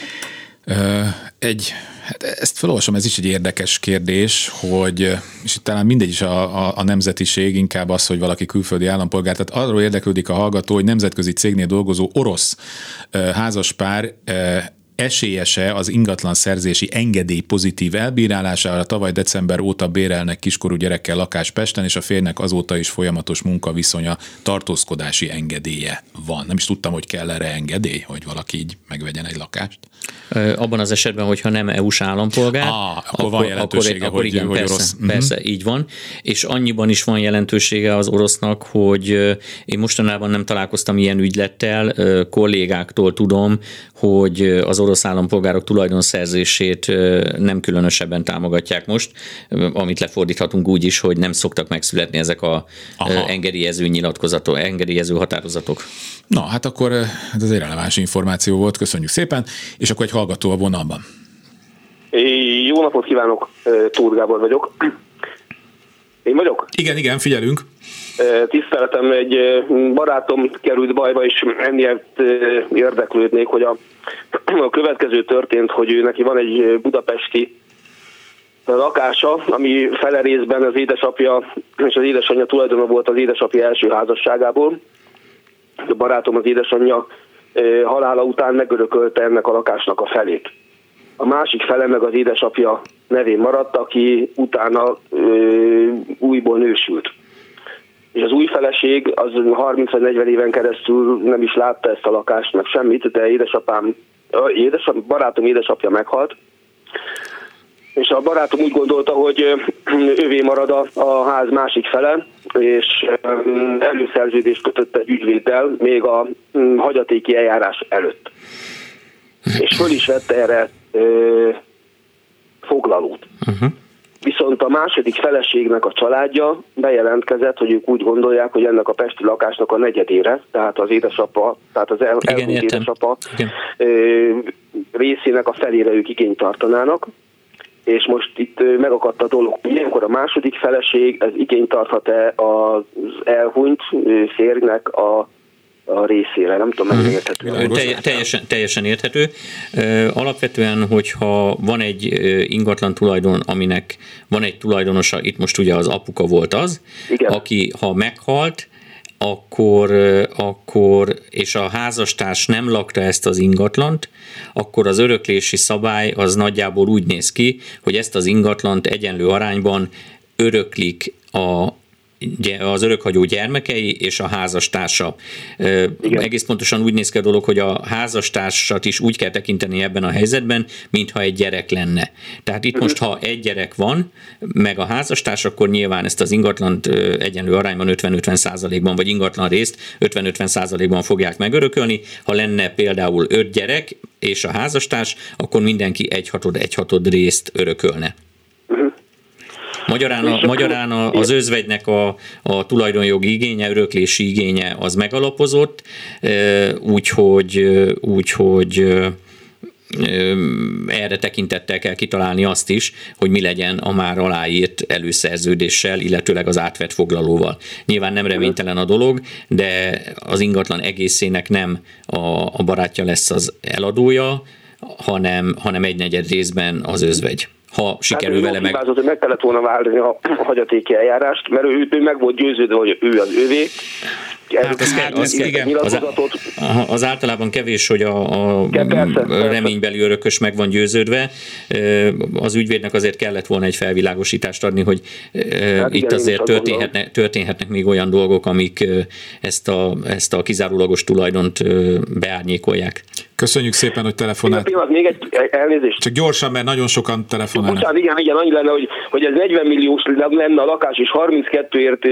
Egy, hát ezt felolvasom, ez is egy érdekes kérdés, hogy, és itt talán mindegy is a, a, a nemzetiség, inkább az, hogy valaki külföldi állampolgár, tehát arról érdeklődik a hallgató, hogy nemzetközi cégnél dolgozó orosz házaspár esélyese az ingatlan szerzési engedély pozitív elbírálására. Tavaly december óta bérelnek kiskorú gyerekkel lakást Pesten, és a férjnek azóta is folyamatos munkaviszonya, tartózkodási engedélye van. Nem is tudtam, hogy kell erre engedély, hogy valaki így megvegyen egy lakást. Abban az esetben, hogyha nem é u-s állampolgár, ah, akkor, akkor van jelentősége, akkor, hogy, akkor igen, hogy persze, orosz. Persze, uh-huh. így van. És annyiban is van jelentősége az orosznak, hogy én mostanában nem találkoztam ilyen ügylettel, kollégáktól tudom, hogy az orosz állampolgárok tulajdonszerzését nem különösebben támogatják most, amit lefordíthatunk úgy is, hogy nem szoktak megszületni ezek a Aha. engedélyező nyilatkozatok, engedélyező határozatok. Na, hát akkor ez egy releváns információ volt, köszönjük szépen, és akkor egy hallgató a vonalban. Jó napot kívánok, Tóth Gábor vagyok. Én vagyok? Igen, igen, figyelünk. Tiszteletem, egy barátom került bajba, és emiatt érdeklődnék, hogy a, a következő történt, hogy ő neki van egy budapesti lakása, ami fele részben az édesapja és az édesanyja tulajdona volt az édesapja első házasságából. A barátom az édesanyja halála után megörökölte ennek a lakásnak a felét. A másik fele meg az édesapja nevén maradt, aki utána ö, újból nősült. És az új feleség az harminc-negyven éven keresztül nem is látta ezt a lakást, meg semmit, de édesapám, édesap, barátom édesapja meghalt, és a barátom úgy gondolta, hogy ővé marad a, a ház másik fele, és előszerződést kötött egy ügyvéddel még a hagyatéki eljárás előtt. És föl is vette erre ö, foglalót. Uh-huh. Viszont a második feleségnek a családja bejelentkezett, hogy ők úgy gondolják, hogy ennek a pesti lakásnak a negyedére, tehát az édesapa, tehát az el, elhúnyt édesapa ö, részének a felére ők igényt tartanának, és most itt megakadt a dolog. Ilyenkor a második feleség, ez igényt tarthat-e az elhunyt férjnek a a részére, nem tudom, mennyire érthető. Telj, teljesen, teljesen érthető. Alapvetően, hogyha van egy ingatlan tulajdon, aminek van egy tulajdonosa, itt most ugye az apuka volt az, igen, aki ha meghalt, akkor, akkor, és a házastárs nem lakta ezt az ingatlant, akkor az öröklési szabály az nagyjából úgy néz ki, hogy ezt az ingatlant egyenlő arányban öröklik a az örökhagyó gyermekei és a házastársa. Igen. Egész pontosan úgy néz ki a dolog, hogy a házastársat is úgy kell tekinteni ebben a helyzetben, mintha egy gyerek lenne. Tehát itt uh-huh. most, ha egy gyerek van, meg a házastárs, akkor nyilván ezt az ingatlant egyenlő arányban ötven-ötven százalékban, vagy ingatlan részt ötven-ötven százalékban fogják megörökölni. Ha lenne például öt gyerek és a házastárs, akkor mindenki egyhatod egyhatod részt örökölne. Uh-huh. Magyarán, a, magyarán a, az özvegynek a, a tulajdonjogi igénye, öröklési igénye az megalapozott, úgyhogy, úgyhogy erre tekintettel kell kitalálni azt is, hogy mi legyen a már aláírt előszerződéssel, illetőleg az átvett foglalóval. Nyilván nem reménytelen a dolog, de az ingatlan egészének nem a, a barátja lesz az eladója, hanem, hanem egynegyed részben az özvegy. Ha sikerül hát, vele meg... Hibázott, hogy meg kellett volna válni a hagyatéki eljárást, mert ő, ő meg volt győződve, hogy ő az övé. Hát az, kell, az, igen, az, az általában kevés, hogy a, a persze, reménybeli örökös meg van győződve. Az ügyvédnek azért kellett volna egy felvilágosítást adni, hogy hát itt igen, azért történhetnek, történhetnek még olyan dolgok, amik ezt a, ezt a kizárólagos tulajdont beárnyékolják. Köszönjük szépen, hogy telefonált. Igen, még egy elnézést. Csak gyorsan, mert nagyon sokan telefonálnak. Bocsánat, igen, igen, annyi lenne, hogy, hogy ez negyven milliós lenne a lakás, és harminckettőért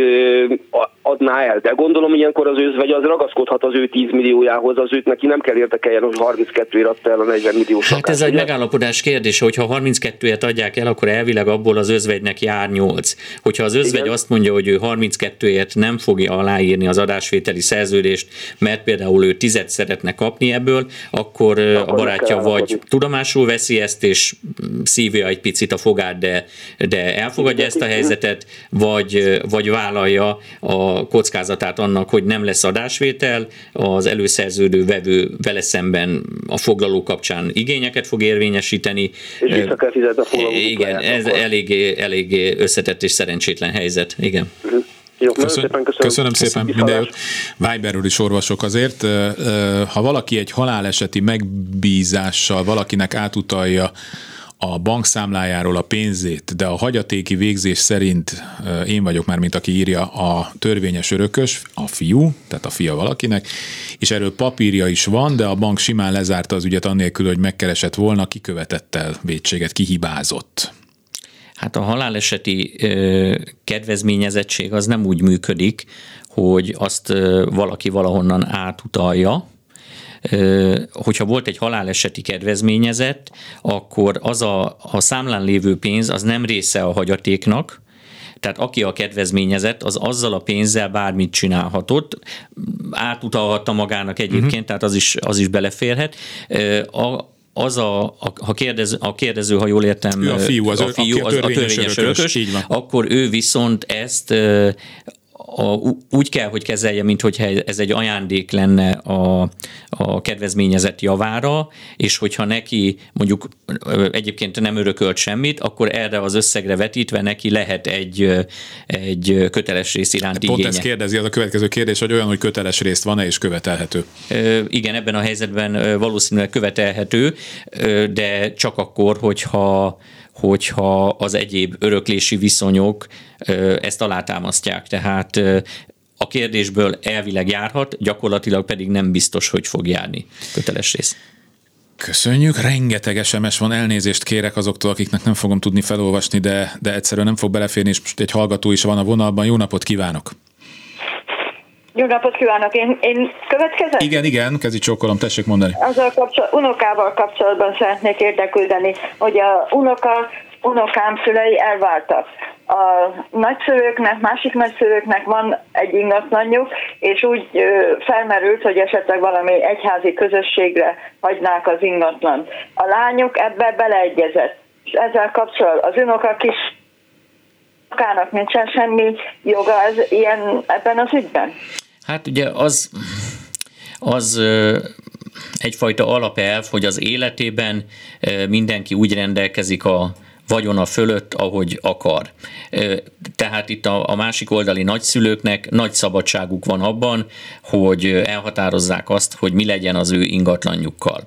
adná el. De gondolom, ilyenkor az özvegy az ragaszkodhat az ő tíz milliójához, az őt neki nem kell érdekeljen, hogy harminckettőért adta el a negyven milliós hát lakás. Ez egy megállapodás kérdése, hogyha harminckettőért adják el, akkor elvileg abból az özvegynek jár nyolc. Hogyha az özvegy igen. azt mondja, hogy ő harminckettőért nem fogja aláírni az adásvételi szerződést, mert például ő tízet szeretne kapni ebből, akkor, akkor a barátja vagy tudomásul veszi ezt, és szívja egy picit a fogát, de, de elfogadja ezt a helyzetet, vagy, vagy vállalja a kockázatát annak, hogy nem lesz adásvétel, az előszerződő vevő vele szemben a foglaló kapcsán igényeket fog érvényesíteni. És vissza kell fizetni a foglaló. Igen, ez eléggé, eléggé összetett és szerencsétlen helyzet. Igen. Uh-huh. Jó, Köszön, szépen, köszönöm. köszönöm szépen, minden jót. Viberről is olvasok azért. Ha valaki egy haláleseti megbízással valakinek átutalja a bankszámlájáról a pénzét, de a hagyatéki végzés szerint én vagyok már, mint aki írja, a törvényes örökös, a fiú, tehát a fia valakinek, és erről papírja is van, de a bank simán lezárta az ügyet annélkül, hogy megkeresett volna, ki követett el vétséget, ki hibázott. Hát a haláleseti ö, kedvezményezettség az nem úgy működik, hogy azt ö, valaki valahonnan átutalja. Ö, hogyha volt egy haláleseti kedvezményezett, akkor az a, a számlán lévő pénz az nem része a hagyatéknak, tehát aki a kedvezményezett, az azzal a pénzzel bármit csinálhatott, átutalhatta magának egyébként, uh-huh. tehát az is, az is beleférhet. A Az a, a, ha kérdez, a kérdező, ha jól értem, ő a fiú, az, a fiú, az a törvényes örökös, örökös akkor ő viszont ezt a, úgy kell, hogy kezelje, mint hogyha ez egy ajándék lenne a, a kedvezményezett javára, és hogyha neki mondjuk egyébként nem örökölt semmit, akkor erre az összegre vetítve neki lehet egy, egy köteles rész iránt igénye. Pont ezt kérdezi, az a következő kérdés, hogy olyan, hogy köteles részt van-e és követelhető? Igen, ebben a helyzetben valószínűleg követelhető, de csak akkor, hogyha hogyha az egyéb öröklési viszonyok ezt alátámasztják. Tehát a kérdésből elvileg járhat, gyakorlatilag pedig nem biztos, hogy fog járni köteles rész. Köszönjük, rengeteg es em es van, elnézést kérek azoktól, akiknek nem fogom tudni felolvasni, de, de egyszerűen nem fog beleférni, és most egy hallgató is van a vonalban. Jó napot kívánok! Jó napot kívánok! Én, én következem? Igen, igen, kezi csókolom, tessék mondani. Azzal kapcsolatban, unokával kapcsolatban szeretnék érdeklődni, hogy a unoka, unokám szülei elváltak. A nagyszülőknek, másik nagyszülőknek van egy ingatlanjuk, és úgy ö, felmerült, hogy esetleg valami egyházi közösségre hagynák az ingatlant. A lányuk ebbe beleegyezett. És ezzel kapcsolatban az unoka kis unokának nincsen semmi joga ez, ilyen, ebben az ügyben? Hát ugye az, az egyfajta alapelv, hogy az életében mindenki úgy rendelkezik a vagyona fölött, ahogy akar. Tehát itt a, a másik oldali nagyszülőknek nagy szabadságuk van abban, hogy elhatározzák azt, hogy mi legyen az ő ingatlanjukkal.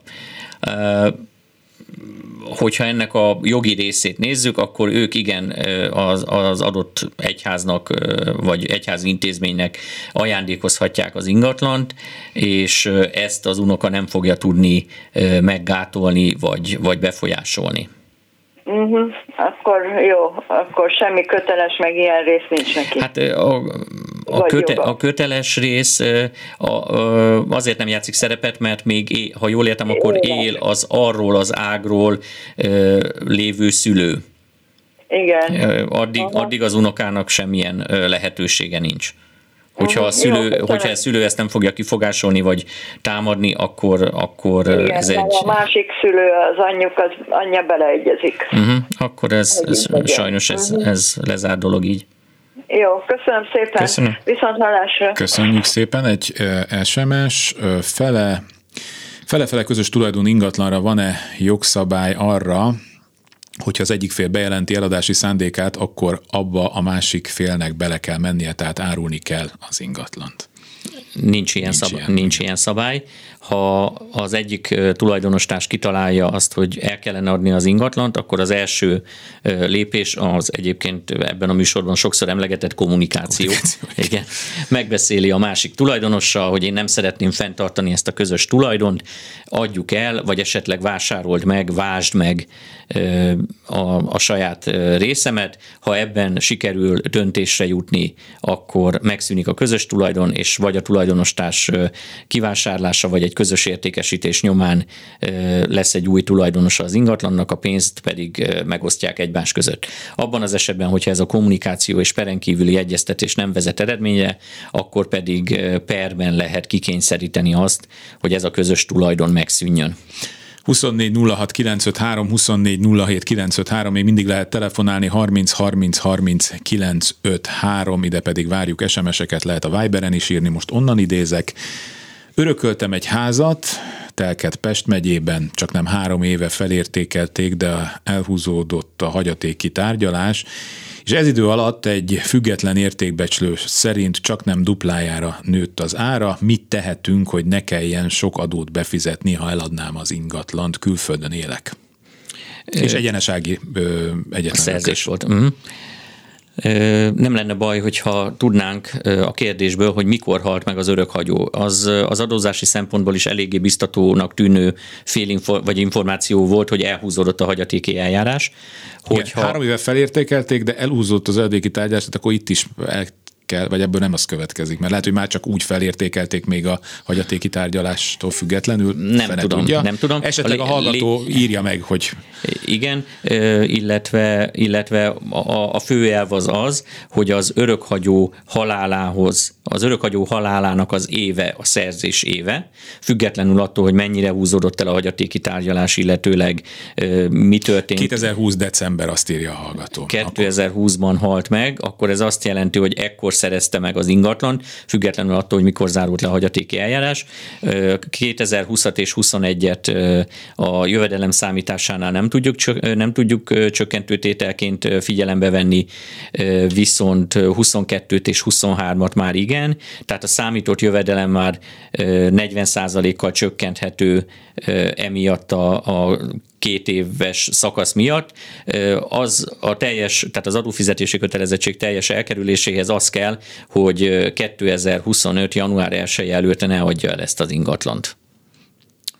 Hogyha ennek a jogi részét nézzük, akkor ők igen az, az adott egyháznak vagy egyházi intézménynek ajándékozhatják az ingatlant, és ezt az unoka nem fogja tudni meggátolni vagy, vagy befolyásolni. Uh-huh. Akkor jó, akkor semmi köteles, meg ilyen rész nincs neki. Hát a, a, köte, a köteles rész a, a, azért nem játszik szerepet, mert még, é, ha jól értem, akkor él az arról az ágról ö, lévő szülő. Igen. Addig, addig az unokának semmilyen lehetősége nincs. Hogyha a szülő, jó, hogyha a szülő ezt nem fogja kifogásolni, vagy támadni, akkor, akkor igen, ez egy... a másik szülő, az anyjuk, az anyja beleegyezik. Uh-huh, akkor ez, ez sajnos ez, uh-huh. ez lezárt dolog így. Jó, köszönöm szépen. Köszönöm. Viszont hallásra. Köszönjük szépen. Egy es em es, fele, fele-fele közös tulajdon ingatlanra van-e jogszabály arra, hogyha az egyik fél bejelenti eladási szándékát, akkor abba a másik félnek bele kell mennie, tehát árulni kell az ingatlant. Nincs ilyen, nincs, szab- ilyen. nincs ilyen szabály. Ha az egyik tulajdonostárs kitalálja azt, hogy el kellene adni az ingatlant, akkor az első lépés az egyébként ebben a műsorban sokszor emlegetett kommunikáció. kommunikáció igen. Megbeszéli a másik tulajdonossal, hogy én nem szeretném fenntartani ezt a közös tulajdont, adjuk el, vagy esetleg vásárold meg, vásd meg a, a saját részemet. Ha ebben sikerül döntésre jutni, akkor megszűnik a közös tulajdon, és vagy a tulajdonostárs kivásárlása, vagy egy közös értékesítés nyomán lesz egy új tulajdonosa az ingatlannak, a pénzt pedig megosztják egymás között. Abban az esetben, hogyha ez a kommunikáció és peren kívüli egyeztetés nem vezet eredményre, akkor pedig perben lehet kikényszeríteni azt, hogy ez a közös tulajdon megszűnjön. huszonnégy nulla hat kilencszázötvenhárom, huszonnégy nulla hét kilencszázötvenhárom, még mindig lehet telefonálni, harminc harminc harminc kilencszázötvenhárom, ide pedig várjuk es em es-eket, lehet a Viberen is írni, most onnan idézek. Örököltem egy házat, Telket Pest megyében, csak nem három éve felértékelték, de elhúzódott a hagyatéki tárgyalás, és ez idő alatt egy független értékbecslő szerint csak nem duplájára nőtt az ára. Mit tehetünk, hogy ne kelljen sok adót befizetni, ha eladnám az ingatlant, külföldön élek? Ö, és egyenesági egyetlen szerzés volt. Uh-huh. Nem lenne baj, hogyha tudnánk a kérdésből, hogy mikor halt meg az örökhagyó. Az, az adózási szempontból is eléggé biztatónak tűnő félinfor, vagy információ volt, hogy elhúzódott a hagyatéki eljárás. Hogyha... Igen, három éve felértékelték, de elhúzott az eladéki tárgyalás, tehát akkor itt is el kell, vagy ebből nem az következik, mert lehet, hogy már csak úgy felértékelték még a hagyatéki tárgyalástól függetlenül. Nem tudom, tudja. nem tudom. Esetleg a, a hallgató lé... írja meg, hogy... Igen, illetve, illetve a, a főelv az az, hogy az örökhagyó halálához, az örökhagyó halálának az éve, a szerzés éve, függetlenül attól, hogy mennyire húzódott el a hagyatéki tárgyalás, illetőleg mi történt. kétezer-húsz december, azt írja a hallgató. kétezer-húszban halt meg, akkor ez azt jelenti, hogy ekkor szerezte meg az ingatlan, függetlenül attól, hogy mikor zárult le a hagyatéki eljárás. kétezer-húszat és huszonegyet a jövedelem számításánál nem tudjuk, nem tudjuk csökkentőtételként figyelembe venni, viszont huszonkettőt és huszonhármat már igen, tehát a számított jövedelem már negyven százalékkal csökkenthető emiatt a, a két éves szakasz miatt. Az a teljes, tehát az adófizetési kötelezettség teljes elkerüléséhez az kell, hogy kétezer-huszonöt január elseje előtt ne adja el ezt az ingatlant.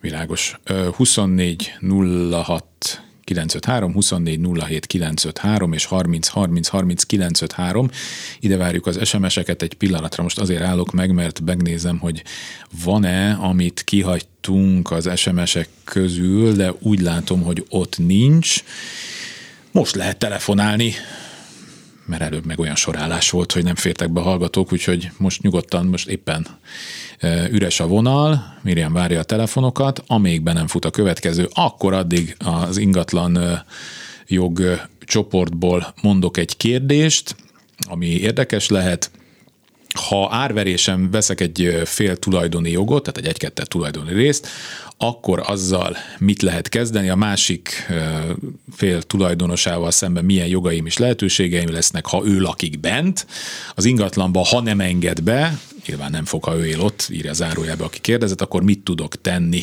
Világos. huszonnégy nulla hat kilencszázötvenhárom, huszonnégy nulla hét kilencszázötvenhárom és harminc harminc harminc kilencszázötvenhárom. Ide várjuk az es em es-eket, egy pillanatra most azért állok meg, mert megnézem, hogy van-e, amit kihagytunk az es em es-ek közül, de úgy látom, hogy ott nincs. Most lehet telefonálni, mert előbb meg olyan sorállás volt, hogy nem fértek be a hallgatók, úgyhogy most nyugodtan, most éppen üres a vonal, Miriam várja a telefonokat, amíg be nem fut a következő, akkor addig az ingatlan jog csoportból mondok egy kérdést, ami érdekes lehet. Ha árverésen veszek egy fél tulajdoni jogot, tehát egy egy-kettő tulajdoni részt, akkor azzal mit lehet kezdeni, a másik fél tulajdonosával szemben milyen jogaim és lehetőségeim lesznek, ha ő lakik bent, az ingatlanba, ha nem enged be, nyilván nem fog, ha ő él ott, írja zárójelbe, aki kérdezett, akkor mit tudok tenni?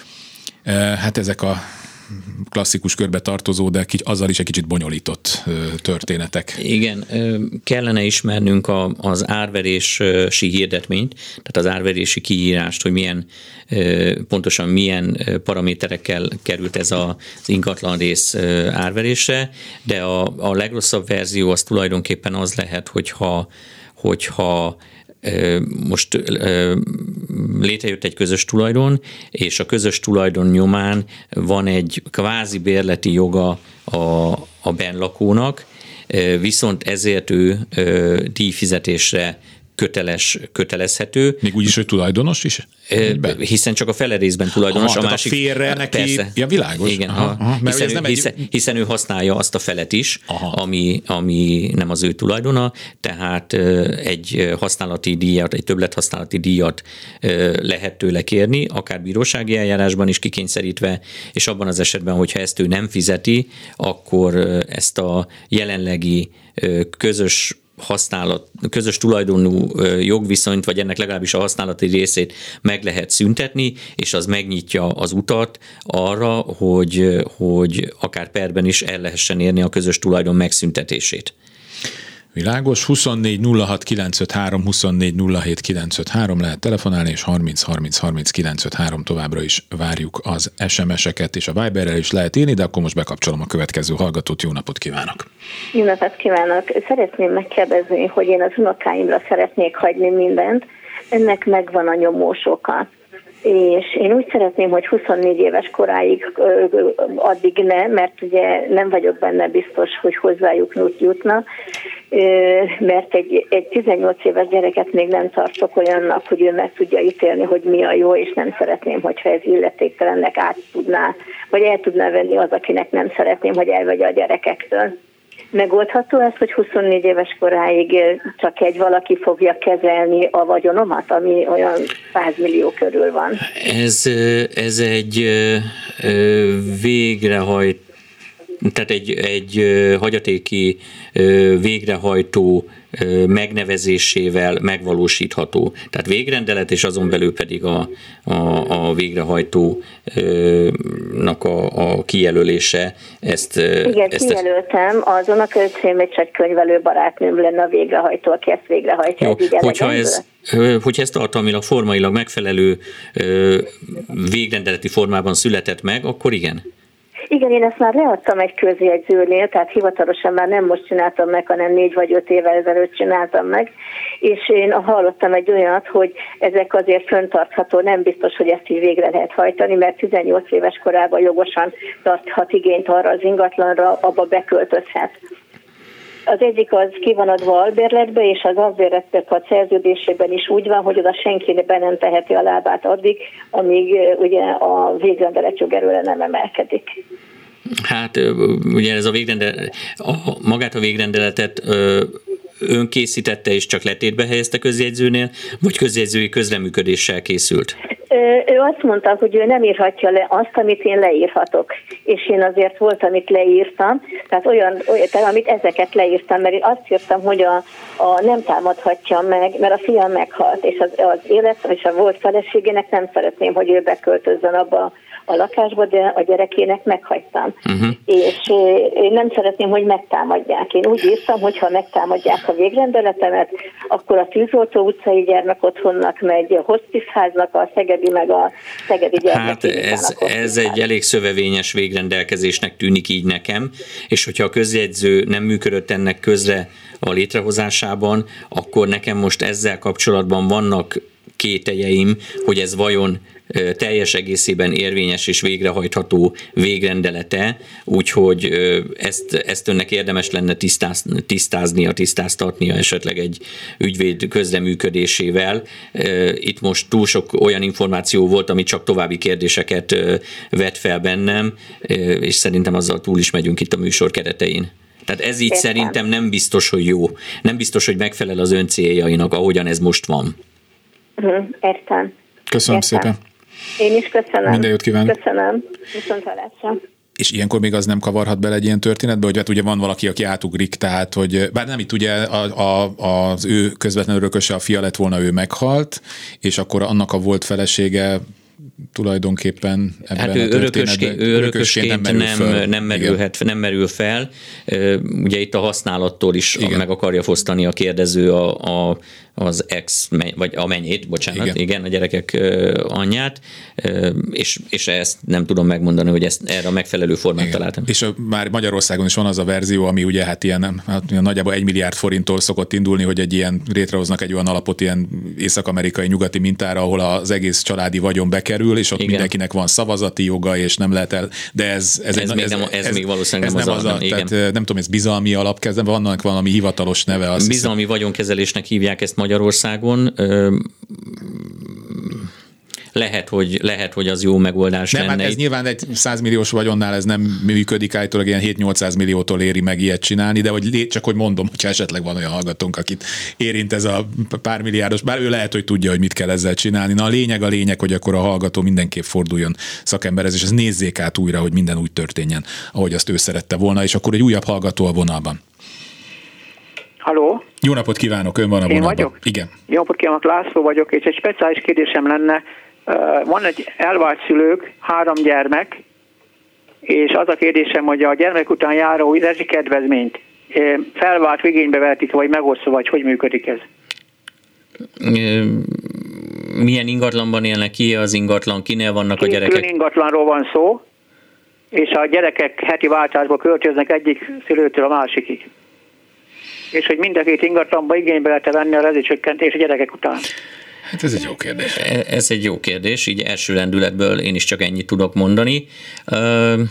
Hát ezek a klasszikus körbe tartozó, de azzal is egy kicsit bonyolított történetek. Igen, kellene ismernünk a, az árverési hirdetményt, tehát az árverési kiírást, hogy milyen, pontosan milyen paraméterekkel került ez az ingatlan rész árverésre, de a, a legrosszabb verzió az tulajdonképpen az lehet, hogyha, hogyha most létrejött egy közös tulajdon, és a közös tulajdon nyomán van egy kvázi bérleti joga a, a benlakónak, viszont ezért ő díjfizetésre köteles, kötelezhető. Még úgyis, hogy tulajdonos is? Be? Hiszen csak a fele részben tulajdonos. Aha, a másik, a félre neki, persze, ja világos. Igen, aha, aha, hiszen, ő, hiszen, egy... hiszen ő használja azt a felet is, ami, ami nem az ő tulajdona, tehát egy használati díjat, egy többlet-használati díjat lehet tőle kérni, akár bírósági eljárásban is kikényszerítve, és abban az esetben, hogyha ezt ő nem fizeti, akkor ezt a jelenlegi közös használat, közös tulajdonú jogviszonyt, vagy ennek legalábbis a használati részét meg lehet szüntetni, és az megnyitja az utat arra, hogy, hogy akár perben is el lehessen érni a közös tulajdon megszüntetését. Világos, huszonnégy nulla hat kilencszázötvenhárom, huszonnégy nulla hét kilencszázötvenhárom lehet telefonálni, és harminc harminc harminc kilencszázötvenhárom továbbra is várjuk az es em es-eket, és a Viberrel is lehet írni, de akkor most bekapcsolom a következő hallgatót. Jó napot kívánok! Jó napot kívánok! Szeretném megkérdezni, hogy én az unokáimra szeretnék hagyni mindent, ennek megvan a nyomós oka. És én úgy szeretném, hogy huszonnégy éves koráig addig ne, mert ugye nem vagyok benne biztos, hogy hozzájuk jutna, mert egy, egy tizennyolc éves gyereket még nem tartok olyannak, hogy ő meg tudja ítélni, hogy mi a jó, és nem szeretném, hogyha ez illetéktelennek át tudná, vagy el tudná venni az, akinek nem szeretném, hogy elvegye a gyerekektől. Megoldható ez, hogy huszonnégy éves koráig csak egy valaki fogja kezelni a vagyonomat, ami olyan száz millió körül van? Ez, ez egy végrehajt, tehát egy, egy hagyatéki végrehajtó megnevezésével megvalósítható. Tehát végrendelet, és azon belül pedig a, a, a végrehajtónak a, a kijelölése. Ezt, Igen, ezt kijelöltem. Az unokaöcsém egy csak könyvelő barátnőm lenne a végrehajtó, aki ezt végrehajtja. Jó, ez hogyha, ez, hogyha ez tartalmilag, formailag megfelelő végrendeleti formában született meg, akkor igen. Igen, én ezt már leadtam egy közjegyzőnél, tehát hivatalosan már nem most csináltam meg, hanem négy vagy öt évvel ezelőtt csináltam meg, és én hallottam egy olyat, hogy ezek azért fenntartható, nem biztos, hogy ezt így végre lehet hajtani, mert tizennyolc éves korában jogosan tarthat igényt arra az ingatlanra, abba beköltözhet. Az egyik az ki van adva albérletbe, és az albérletnek a szerződésében is úgy van, hogy oda senki be nem teheti a lábát addig, amíg ugye a végrendelet jogerőre nem emelkedik. Hát ugye ez a végrendelet, a, magát a végrendeletet ön készítette és csak letétbe helyezte közjegyzőnél, vagy közjegyzői közreműködéssel készült? Ő azt mondta, hogy ő nem írhatja le azt, amit én leírhatok. És én azért volt, amit leírtam, tehát olyan, olyan amit ezeket leírtam, mert én azt írtam, hogy a, a nem támadhatja meg, mert a fiam meghalt, és az, az élet és a volt feleségének nem szeretném, hogy ő beköltözzön abba a lakásba, de a gyerekének meghagytam. Uh-huh. És én nem szeretném, hogy megtámadják. Én úgy írtam, hogy ha megtámadják a végrendeletemet, akkor a Tűzoltó utcai gyermekotthonnak megy, a hospiceháznak, a szegedi meg a szegedi gyermeklinikának. Hát ez, ez egy elég szövevényes végrendelkezésnek tűnik így nekem, és hogyha a közjegyző nem működött ennek közre a létrehozásában, akkor nekem most ezzel kapcsolatban vannak kételjeim, hogy ez vajon teljes egészében érvényes és végrehajtható végrendelete, úgyhogy ezt, ezt önnek érdemes lenne tisztáz, tisztáznia, tisztáztatnia esetleg egy ügyvéd közreműködésével. Itt most túl sok olyan információ volt, ami csak további kérdéseket vet fel bennem, és szerintem azzal túl is megyünk itt a műsor keretein. Tehát ez így Értem. Szerintem nem biztos, hogy jó. Nem biztos, hogy megfelel az ön céljainak, ahogyan ez most van. Értem. Köszönöm Értem. szépen. Én is köszönöm. Minden jót kívánok. Köszönöm. Viszont hallásra. És ilyenkor még az nem kavarhat bele egy ilyen történetbe, hogy hát ugye van valaki, aki átugrik, tehát, hogy bár nem itt ugye a, a, az ő közvetlen örököse, a fia lett volna, ő meghalt, és akkor annak a volt felesége tulajdonképpen ebben hát a ő örökösként, ő örökösként nem merül, nem, föl. nem, merülhet, nem merül fel. Ugye itt a használattól is igen. meg akarja fosztani a kérdező a, a, az ex, vagy a menyét, bocsánat, igen, igen a gyerekek anyját, és, és ezt nem tudom megmondani, hogy ezt erre a megfelelő formát igen. találtam. És a, már Magyarországon is van az a verzió, ami ugye hát ilyen hát nagyjából egy milliárd forinttól szokott indulni, hogy egy ilyen létrehoznak egy olyan alapot ilyen észak-amerikai nyugati mintára, ahol az egész családi vagyon bekerül, és ott igen. mindenkinek van szavazati joga, és nem lehet el, de ez ez, ez, egy, még, ez, nem, ez, ez még valószínűleg ez nem az, az a, a, igen. tehát nem tudom, ez bizalmi alapkezem, vannak valami hivatalos neve. Azt bizalmi hiszem. Vagyonkezelésnek hívják ezt Magyarországon. Lehet, hogy, lehet, hogy az jó megoldás nem, lenne. Hát ez nyilván egy száz milliós vagyonnál ez nem működik, állítólag ilyen hét-nyolcszáz milliótól éri meg ilyet csinálni, de hogy csak hogy mondom, hogyha esetleg van olyan hallgatónk, akit érint ez a pár milliárdos, bár ő lehet, hogy tudja, hogy mit kell ezzel csinálni. Na a lényeg a lényeg, hogy akkor a hallgató mindenképp forduljon szakemberhez, és ez nézzék át újra, hogy minden úgy történjen, ahogy azt ő szerette volna, és akkor egy újabb hallgató a vonalban. Halló? Jó napot kívánok, ön van a vonalban. Én vagyok? Igen. Jó napot kívánok, László vagyok, és egy speciális kérdésem lenne. Van egy elvált szülők, három gyermek, és az a kérdésem, hogy a gyermek után járó rezsikedvezményt felvált igénybe vehetik, vagy megosztva, vagy hogy működik ez? Milyen ingatlanban élnek ki az ingatlan, kinél vannak a gyerekek? Külön ingatlanról van szó, és a gyerekek heti váltásba költöznek egyik szülőtől a másikig. És hogy mind a két ingatlanba igénybe lehet venni a rezsicsökkentést a gyerekek után. Hát ez egy jó kérdés. Ez egy jó kérdés, így első lendületből én is csak ennyit tudok mondani. Ö,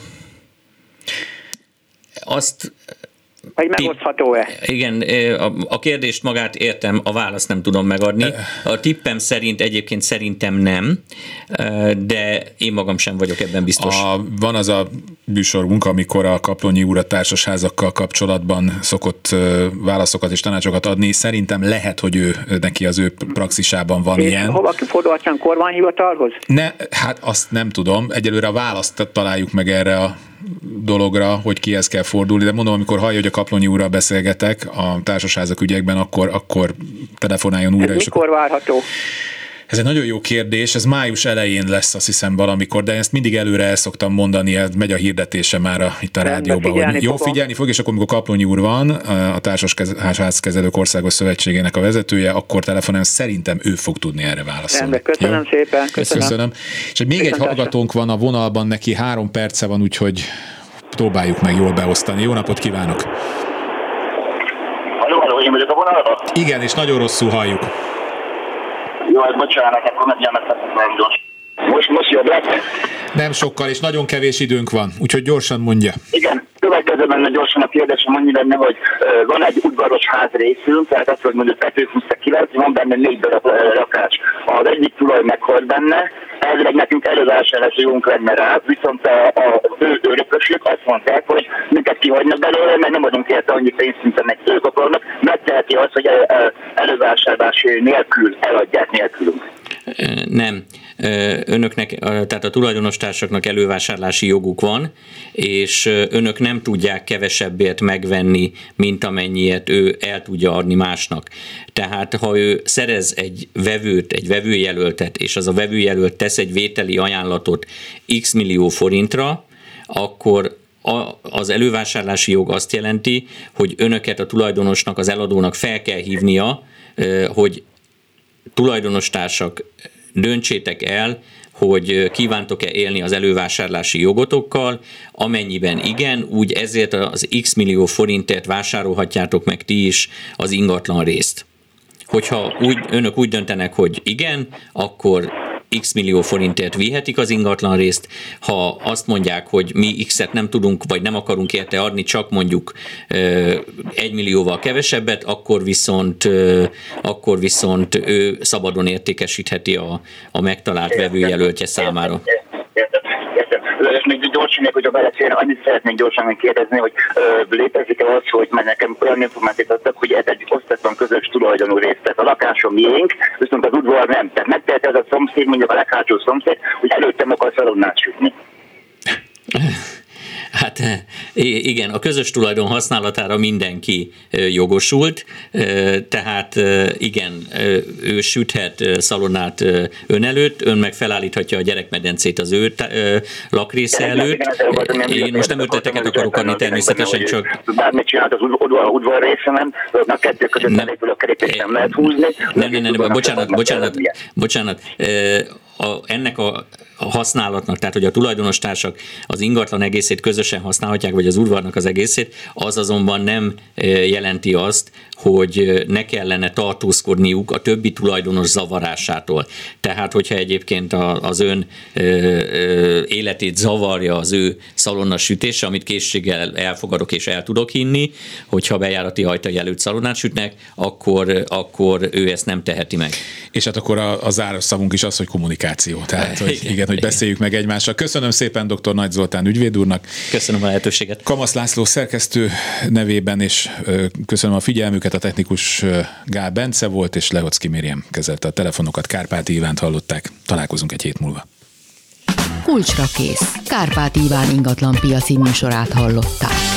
azt... Vagy megosztható-e? Igen, a kérdést magát értem, a választ nem tudom megadni. A tippem szerint egyébként szerintem nem, de én magam sem vagyok ebben biztos. A, van az a műsorunk, amikor a Kaplonyi úr a társasházakkal kapcsolatban szokott válaszokat és tanácsokat adni. Szerintem lehet, hogy ő neki az ő praxisában van és ilyen. Hova fordulhatjan, kormányhivatalhoz? Ne, hát azt nem tudom. Egyelőre a választ találjuk meg erre a dologra, hogy kihez kell fordulni, de mondom, amikor hallja, hogy a Kaplonyi úrral beszélgetek a társasházak ügyekben, akkor, akkor telefonáljon újra. Ez mikor várható? Ez egy nagyon jó kérdés, ez május elején lesz, azt hiszem valamikor, de ezt mindig előre el szoktam mondani, ez megy a hirdetése már a, itt a rádióban, hogy jó, figyelni fog, és akkor, amikor Kaplonyi úr van, a Társasházkezelők Országos Szövetségének a vezetője, akkor telefonáljon, szerintem ő fog tudni erre válaszolni. Rendben, köszönöm jó? Szépen. Köszönöm. köszönöm. És még köszönöm. Egy hallgatónk van a vonalban, neki három perce van, úgyhogy próbáljuk meg jól beosztani. Jó napot kívánok! Halló, halló, én vagyok a vonalban? Igen, és nagyon rosszul halljuk. Jó, hát bocsánat, akkor megjelentettem valami gyors. Most, most jobb lett? Nem sokkal, és nagyon kevés időnk van, úgyhogy gyorsan mondja. Igen, következő benne gyorsan a kérdésem, annyi lenne, hogy uh, van egy udvaros ház részünk, tehát azt, hogy mondjuk kettőszázhuszonkilenc, van benne négy darab uh, lakás. Az egyik tulaj meghalt benne, ezért nekünk elővásárlás jogunk lenne rá, viszont a, a ő örökösök azt mondták, hogy minket kihagynak belőle, mert nem adunk érte annyi pénzt, mint meg ők akarnak, megteheti azt, hogy elővásárlás nélkül eladják nélkülünk. Nem. Önöknek, tehát a tulajdonostársaknak elővásárlási joguk van, és önök nem tudják kevesebbért megvenni, mint amennyiet ő el tudja adni másnak. Tehát ha ő szerez egy vevőt, egy vevőjelöltet, és az a vevőjelölt tesz egy vételi ajánlatot x millió forintra, akkor az elővásárlási jog azt jelenti, hogy önöket a tulajdonosnak, az eladónak fel kell hívnia, hogy tulajdonos-társak, döntsétek el, hogy kívántok-e élni az elővásárlási jogotokkal, amennyiben igen, úgy ezért az x millió forintért vásárolhatjátok meg ti is az ingatlan részt. Hogyha úgy, önök úgy döntenek, hogy igen, akkor x millió forintért vihetik az ingatlan részt, ha azt mondják, hogy mi x-et nem tudunk, vagy nem akarunk érte adni, csak mondjuk egy millióval kevesebbet, akkor viszont, akkor viszont ő szabadon értékesítheti a, a megtalált vevőjelöltje számára. És még gyorsan, még, hogyha belefér, annyit szeretnék gyorsan kérdezni, hogy ö, létezik-e az, hogy mert nekem olyan információt adtak, hogy ez egy osztatlan közös tulajdonú rész, tehát a lakásom miénk, viszont az udvar nem. Tehát megtehet ez a szomszéd, mondjuk a leghátsó szomszéd, hogy előttem akar szalonnát sütni. Hát igen, a közös tulajdon használatára mindenki jogosult, tehát igen, ő süthet szalonnát ön előtt, ön meg felállíthatja a gyerekmedencét az ő lakrésze előtt. Én most nem ötleteket akarok adni természetesen, csak... Bármit csinált az udvar részemen, a kettő között elépül a kerépét nem lehet húzni. Nem, nem, nem, bocsánat, bocsánat, bocsánat. A, ennek a, a használatnak, tehát hogy a tulajdonos-társak az ingatlan egészét közösen használhatják, vagy az udvarnak az egészét, az azonban nem jelenti azt, hogy ne kellene tartózkodniuk a többi tulajdonos zavarásától. Tehát, hogyha egyébként az ön életét zavarja az ő szalonnasütése, amit készséggel elfogadok és el tudok hinni, hogyha bejárati ajtai előtt szalonnát sütnek, akkor, akkor ő ezt nem teheti meg. És hát akkor a, a záros szavunk is az, hogy kommunikáció. Tehát, hogy igen, hogy beszéljük meg egymással. Köszönöm szépen dr. Nagy Zoltán ügyvéd úrnak. Köszönöm a lehetőséget. Kamasz László szerkesztő nevében, és köszönöm a figyelmüket. A technikus Gál Bence volt, és Lehocki Miriam kezelte a telefonokat. Kárpáti Ivánt hallották. Találkozunk egy hét múlva. Kulcsra kész. Kárpáti Iván ingatlan piaci műsorát hallották.